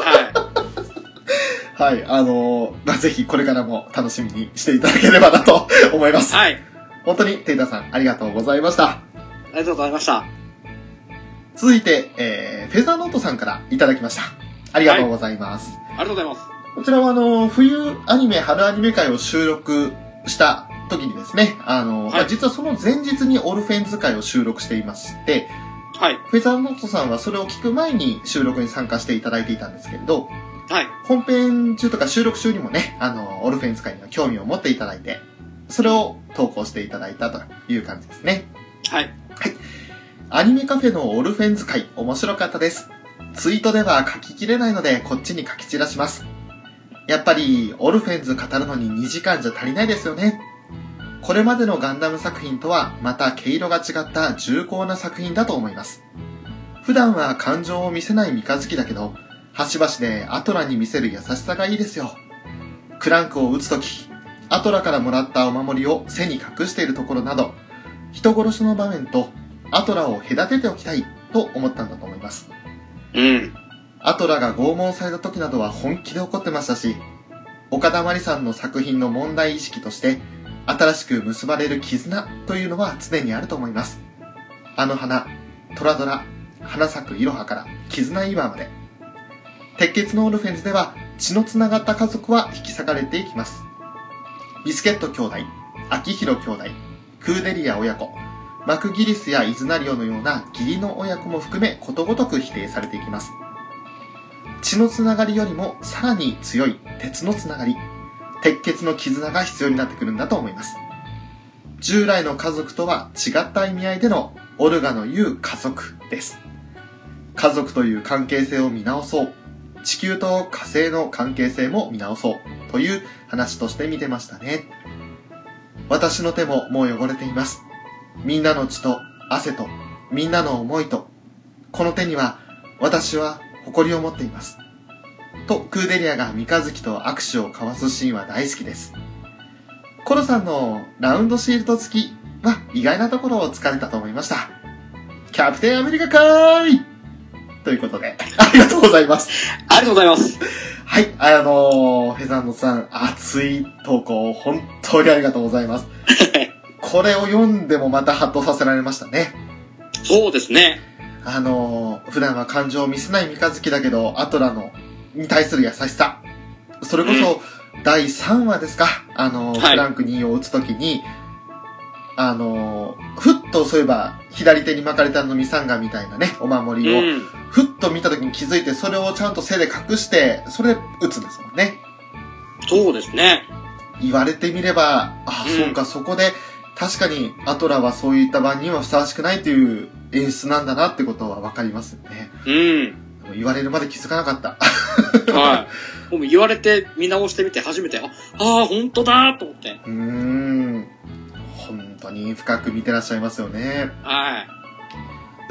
はい。 はい、ぜひこれからも楽しみにしていただければなと思います。 はい。 本当にテイタさんありがとうございました。 ありがとうございました。 続いて、フェザーノートさんからいただきました。ありがとうございます。 ありがとうございます。 こちらは冬アニメ、春アニメ会を収録した時にですね、実はその前日にオルフェンズ会を収録していまして、 はい。 フェザーノートさんはそれを聞く前に収録に参加していただいていたんですけれど、 はい。 本編中とか収録中にもね、オルフェンズ会には興味を持っていただいて、それを投稿していただいたという感じですね。 はい。 はい。アニメカフェのオルフェンズ会、面白かったです。ツイートでは書ききれないので、こっちに書き散らします。やっぱり、オルフェンズ語るのに2時間じゃ足りないですよね。これまでのガンダム作品とは、また毛色が違った重厚な作品だと思います。普段は感情を見せない三日月だけど、端々でアトラに見せる優しさがいいですよ。クランクを撃つとき、アトラからもらったお守りを背に隠しているところなど、人殺しの場面とアトラを隔てておきたいと思ったんだと思います。アトラが拷問された時などは本気で怒ってましたし、 岡田真理さんの作品の問題意識として、新しく結ばれる絆というのは常にあると思います。あの花、トラドラ、花咲くいろはから絆岩まで。鉄血のオルフェンズでは血のつながった家族は引き裂かれていきます。ビスケット兄弟、秋広兄弟、クーデリア親子、マクギリスやイズナリオのような義理の親子も含めことごとく否定されていきます。血のつながりよりもさらに強い鉄のつながり、鉄血の絆が必要になってくるんだと思います。従来の家族とは違った意味合いでのオルガの言う家族です。家族という関係性を見直そう。地球と火星の関係性も見直そうという話として見てましたね。私の手ももう汚れています。みんなの血と汗とみんなの思いと、この手には私は誇りを持っています。とクーデリアが三日月と握手を交わすシーンは大好きです。コロさんのラウンドシールド付きは意外なところを突かれたと思いました。キャプテンアメリカかーいということで、ありがとうございます。 ありがとうございます。 はい、フェザーノさん、熱い投稿、本当にありがとうございます。これを読んでもまたハッとさせられましたね。 そうですね。 普段は感情を見せない三日月だけど、アトラに対する優しさ。それこそ、第3話ですか。フランク2を打つときに、ふっとそういえば、左手に巻かれたミサンガみたいなね、お守りを、ふっと見たときに気づいて、それをちゃんと背で隠して、それで打つんですもんね。 そうですね。 言われてみれば、そうか、そこで、確かに、アトラはそういった番にはふさわしくないという演出なんだなってことはわかりますよね。言われるまで気づかなかった。 はい。もう言われて見直してみて初めて、本当だと思って。 本当に深く見てらっしゃいますよね。 はい。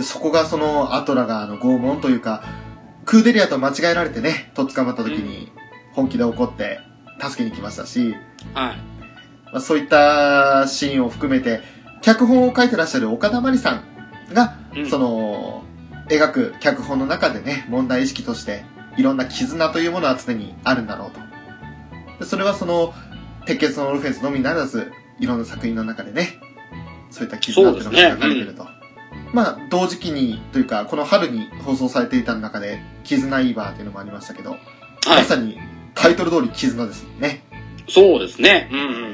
そこがアトラが拷問というか、クーデリアと間違えられてね、とっ捕まった時に本気で怒って助けに来ましたし、 はい。 そういったシーンを含めて、脚本を書いてらっしゃる岡田真理さんが、描く脚本の中でね、問題意識として、いろんな絆というものは常にあるんだろうと。でそれは鉄血のオルフェンズのみならず、いろんな作品の中でね、そういった絆というのが描かれていると。同時期に、というか、この春に放送されていた中で、絆イーバーというのもありましたけど、まさにタイトル通り絆ですもんね。 そうですね。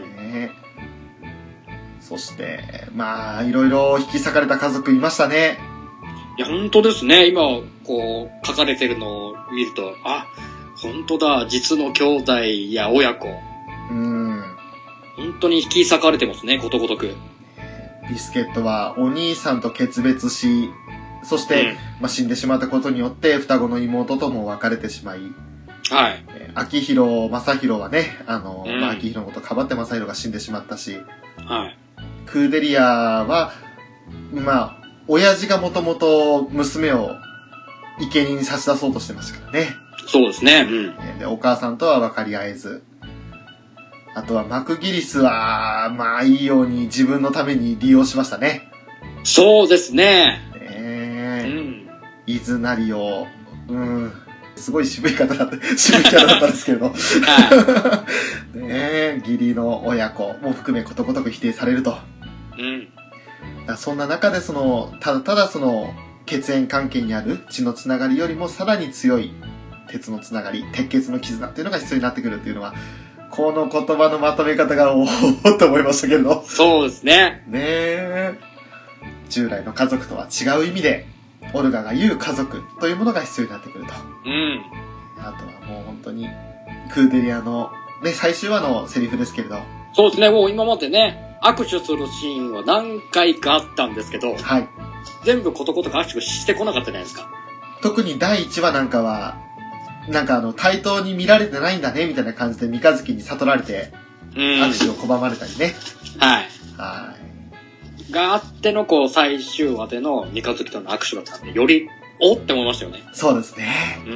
そして、いろいろ引き裂かれた家族いましたね。 いや、本当ですね。今、書かれてるのを見ると、本当だ、実の兄弟や親子。本当に引き裂かれてますね、ことごとく。 ビスケットはお兄さんと決別し、そして、死んでしまったことによって、双子の妹とも別れてしまい、 はい。 秋広、正宏はね、秋広のことかばって正宏が死んでしまったし、 はい。 クーデリアは、親父がもともと娘を生贄に差し出そうとしてましたからね。 そうですね。 で、お母さんとは分かり合えず。あとはマクギリスは、いいように自分のために利用しましたね。 そうですね。 イズナリオ、すごい渋いキャラだったんですけれど。義理の親子も含めことごとく否定されると。そんな中でただただ血縁関係にある血のつながりよりもさらに強い鉄のつながり、鉄血の絆っていうのが必要になってくるっていうのは、この言葉のまとめ方がおーっと思いましたけれど。 そうですね。 従来の家族とは違う意味で、オルガが言う家族というものが必要になってくると。あとはもう本当に、クーデリアの最終話のセリフですけれど。 そうですね、もう今までね、握手するシーンは何回かあったんですけど、全部ことごとく握手してこなかったじゃないですか。 特に第1話なんかは、対等に見られてないんだね、みたいな感じで三日月に悟られて、握手を拒まれたりね。 があっての最終話での三日月との握手だったんで、より、って思いましたよね。 そうですね。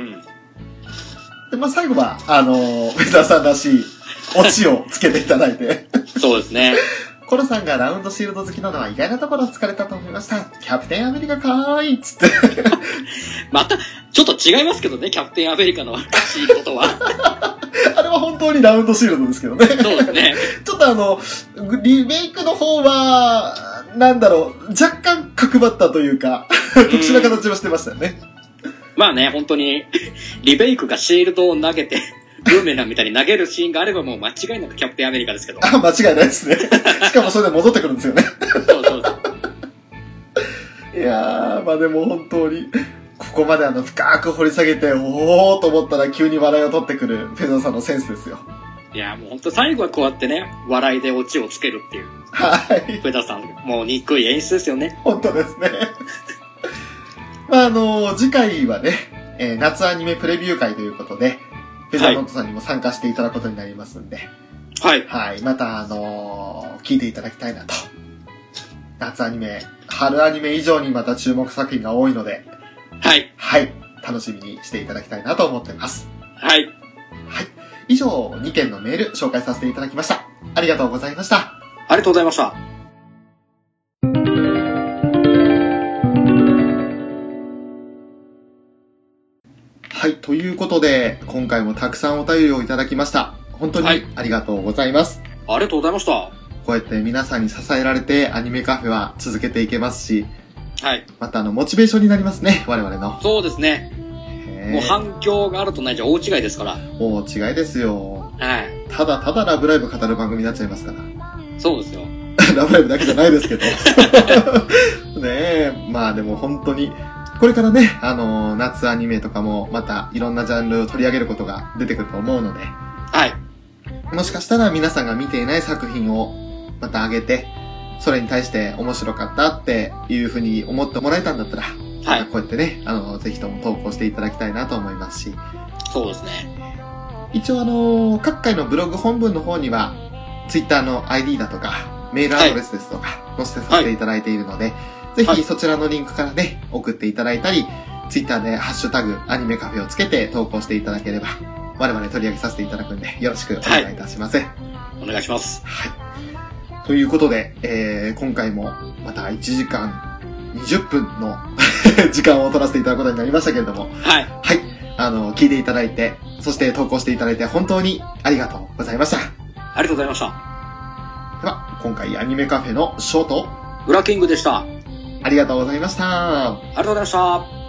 で、最後は、ウェザーさんらしいオチをつけていただいて。 そうですね。 コロさんがラウンドシールド好きなのは意外なところを疲れたと思いました。キャプテンアメリカかーいっつって。 また、ちょっと違いますけどね、キャプテンアメリカのシールドとは。 あれは本当にラウンドシールドですけどね。 そうですね。 ちょっとリメイクの方は、なんだろう、若干角張ったというか、特殊な形をしてましたよね。 まあね、本当に、リメイクがシールドを投げて、ブーメランみたいに投げるシーンがあればもう間違いなくキャプテンアメリカですけど。 あ、間違いないですね。しかもそれで戻ってくるんですよね。 そうそうそう。 いやー、まあでも本当に、ここまで深く掘り下げて、おーと思ったら急に笑いを取ってくるフェザーさんのセンスですよ。 いや、もう本当最後はこうやってね、笑いでオチをつけるっていう。 はい。 フェザーさん、もう憎い演出ですよね。 本当ですね。まあ次回はね、夏アニメプレビュー会ということで、フェザーノットさんにも参加していただくことになりますんで、 はい。 はい。また聞いていただきたいなと。夏アニメ、春アニメ以上にまた注目作品が多いので、 はい。 はい。楽しみにしていただきたいなと思っています。 はい。 はい。以上、2件のメール紹介させていただきました。ありがとうございました。 ありがとうございました。 はい。ということで、今回もたくさんお便りをいただきました。本当にありがとうございます。 ありがとうございました。 こうやって皆さんに支えられてアニメカフェは続けていけますし、 はい。 またモチベーションになりますね、我々の。 そうですね。もう反響があるとないじゃ大違いですから。 大違いですよ。 はい。 ただただラブライブ語る番組になっちゃいますから。 そうですよ。 ラブライブだけじゃないですけど。ねえ、まあでも本当に、これからね、夏アニメとかもまたいろんなジャンルを取り上げることが出てくると思うので、 はい。 もしかしたら皆さんが見ていない作品をまた上げて、それに対して面白かったっていうふうに思ってもらえたんだったら、はい。こうやってね、ぜひとも投稿していただきたいなと思いますし。 そうですね。 一応各回のブログ本文の方には、ツイッターの ID だとか、メールアドレスですとか、載せさせていただいているので、ぜひそちらのリンクからね、送っていただいたり、ツイッターでハッシュタグアニメカフェをつけて投稿していただければ、我々取り上げさせていただくんで、よろしくお願いいたします。 お願いします。 はい。ということで、今回もまた1時間20分の時間を取らせていただくことになりましたけれども、 はい。 はい。聞いていただいて、そして投稿していただいて本当にありがとうございました。 ありがとうございました。 では、今回アニメカフェのショート、 ウラキングでした。 ありがとうございました。 ありがとうございました。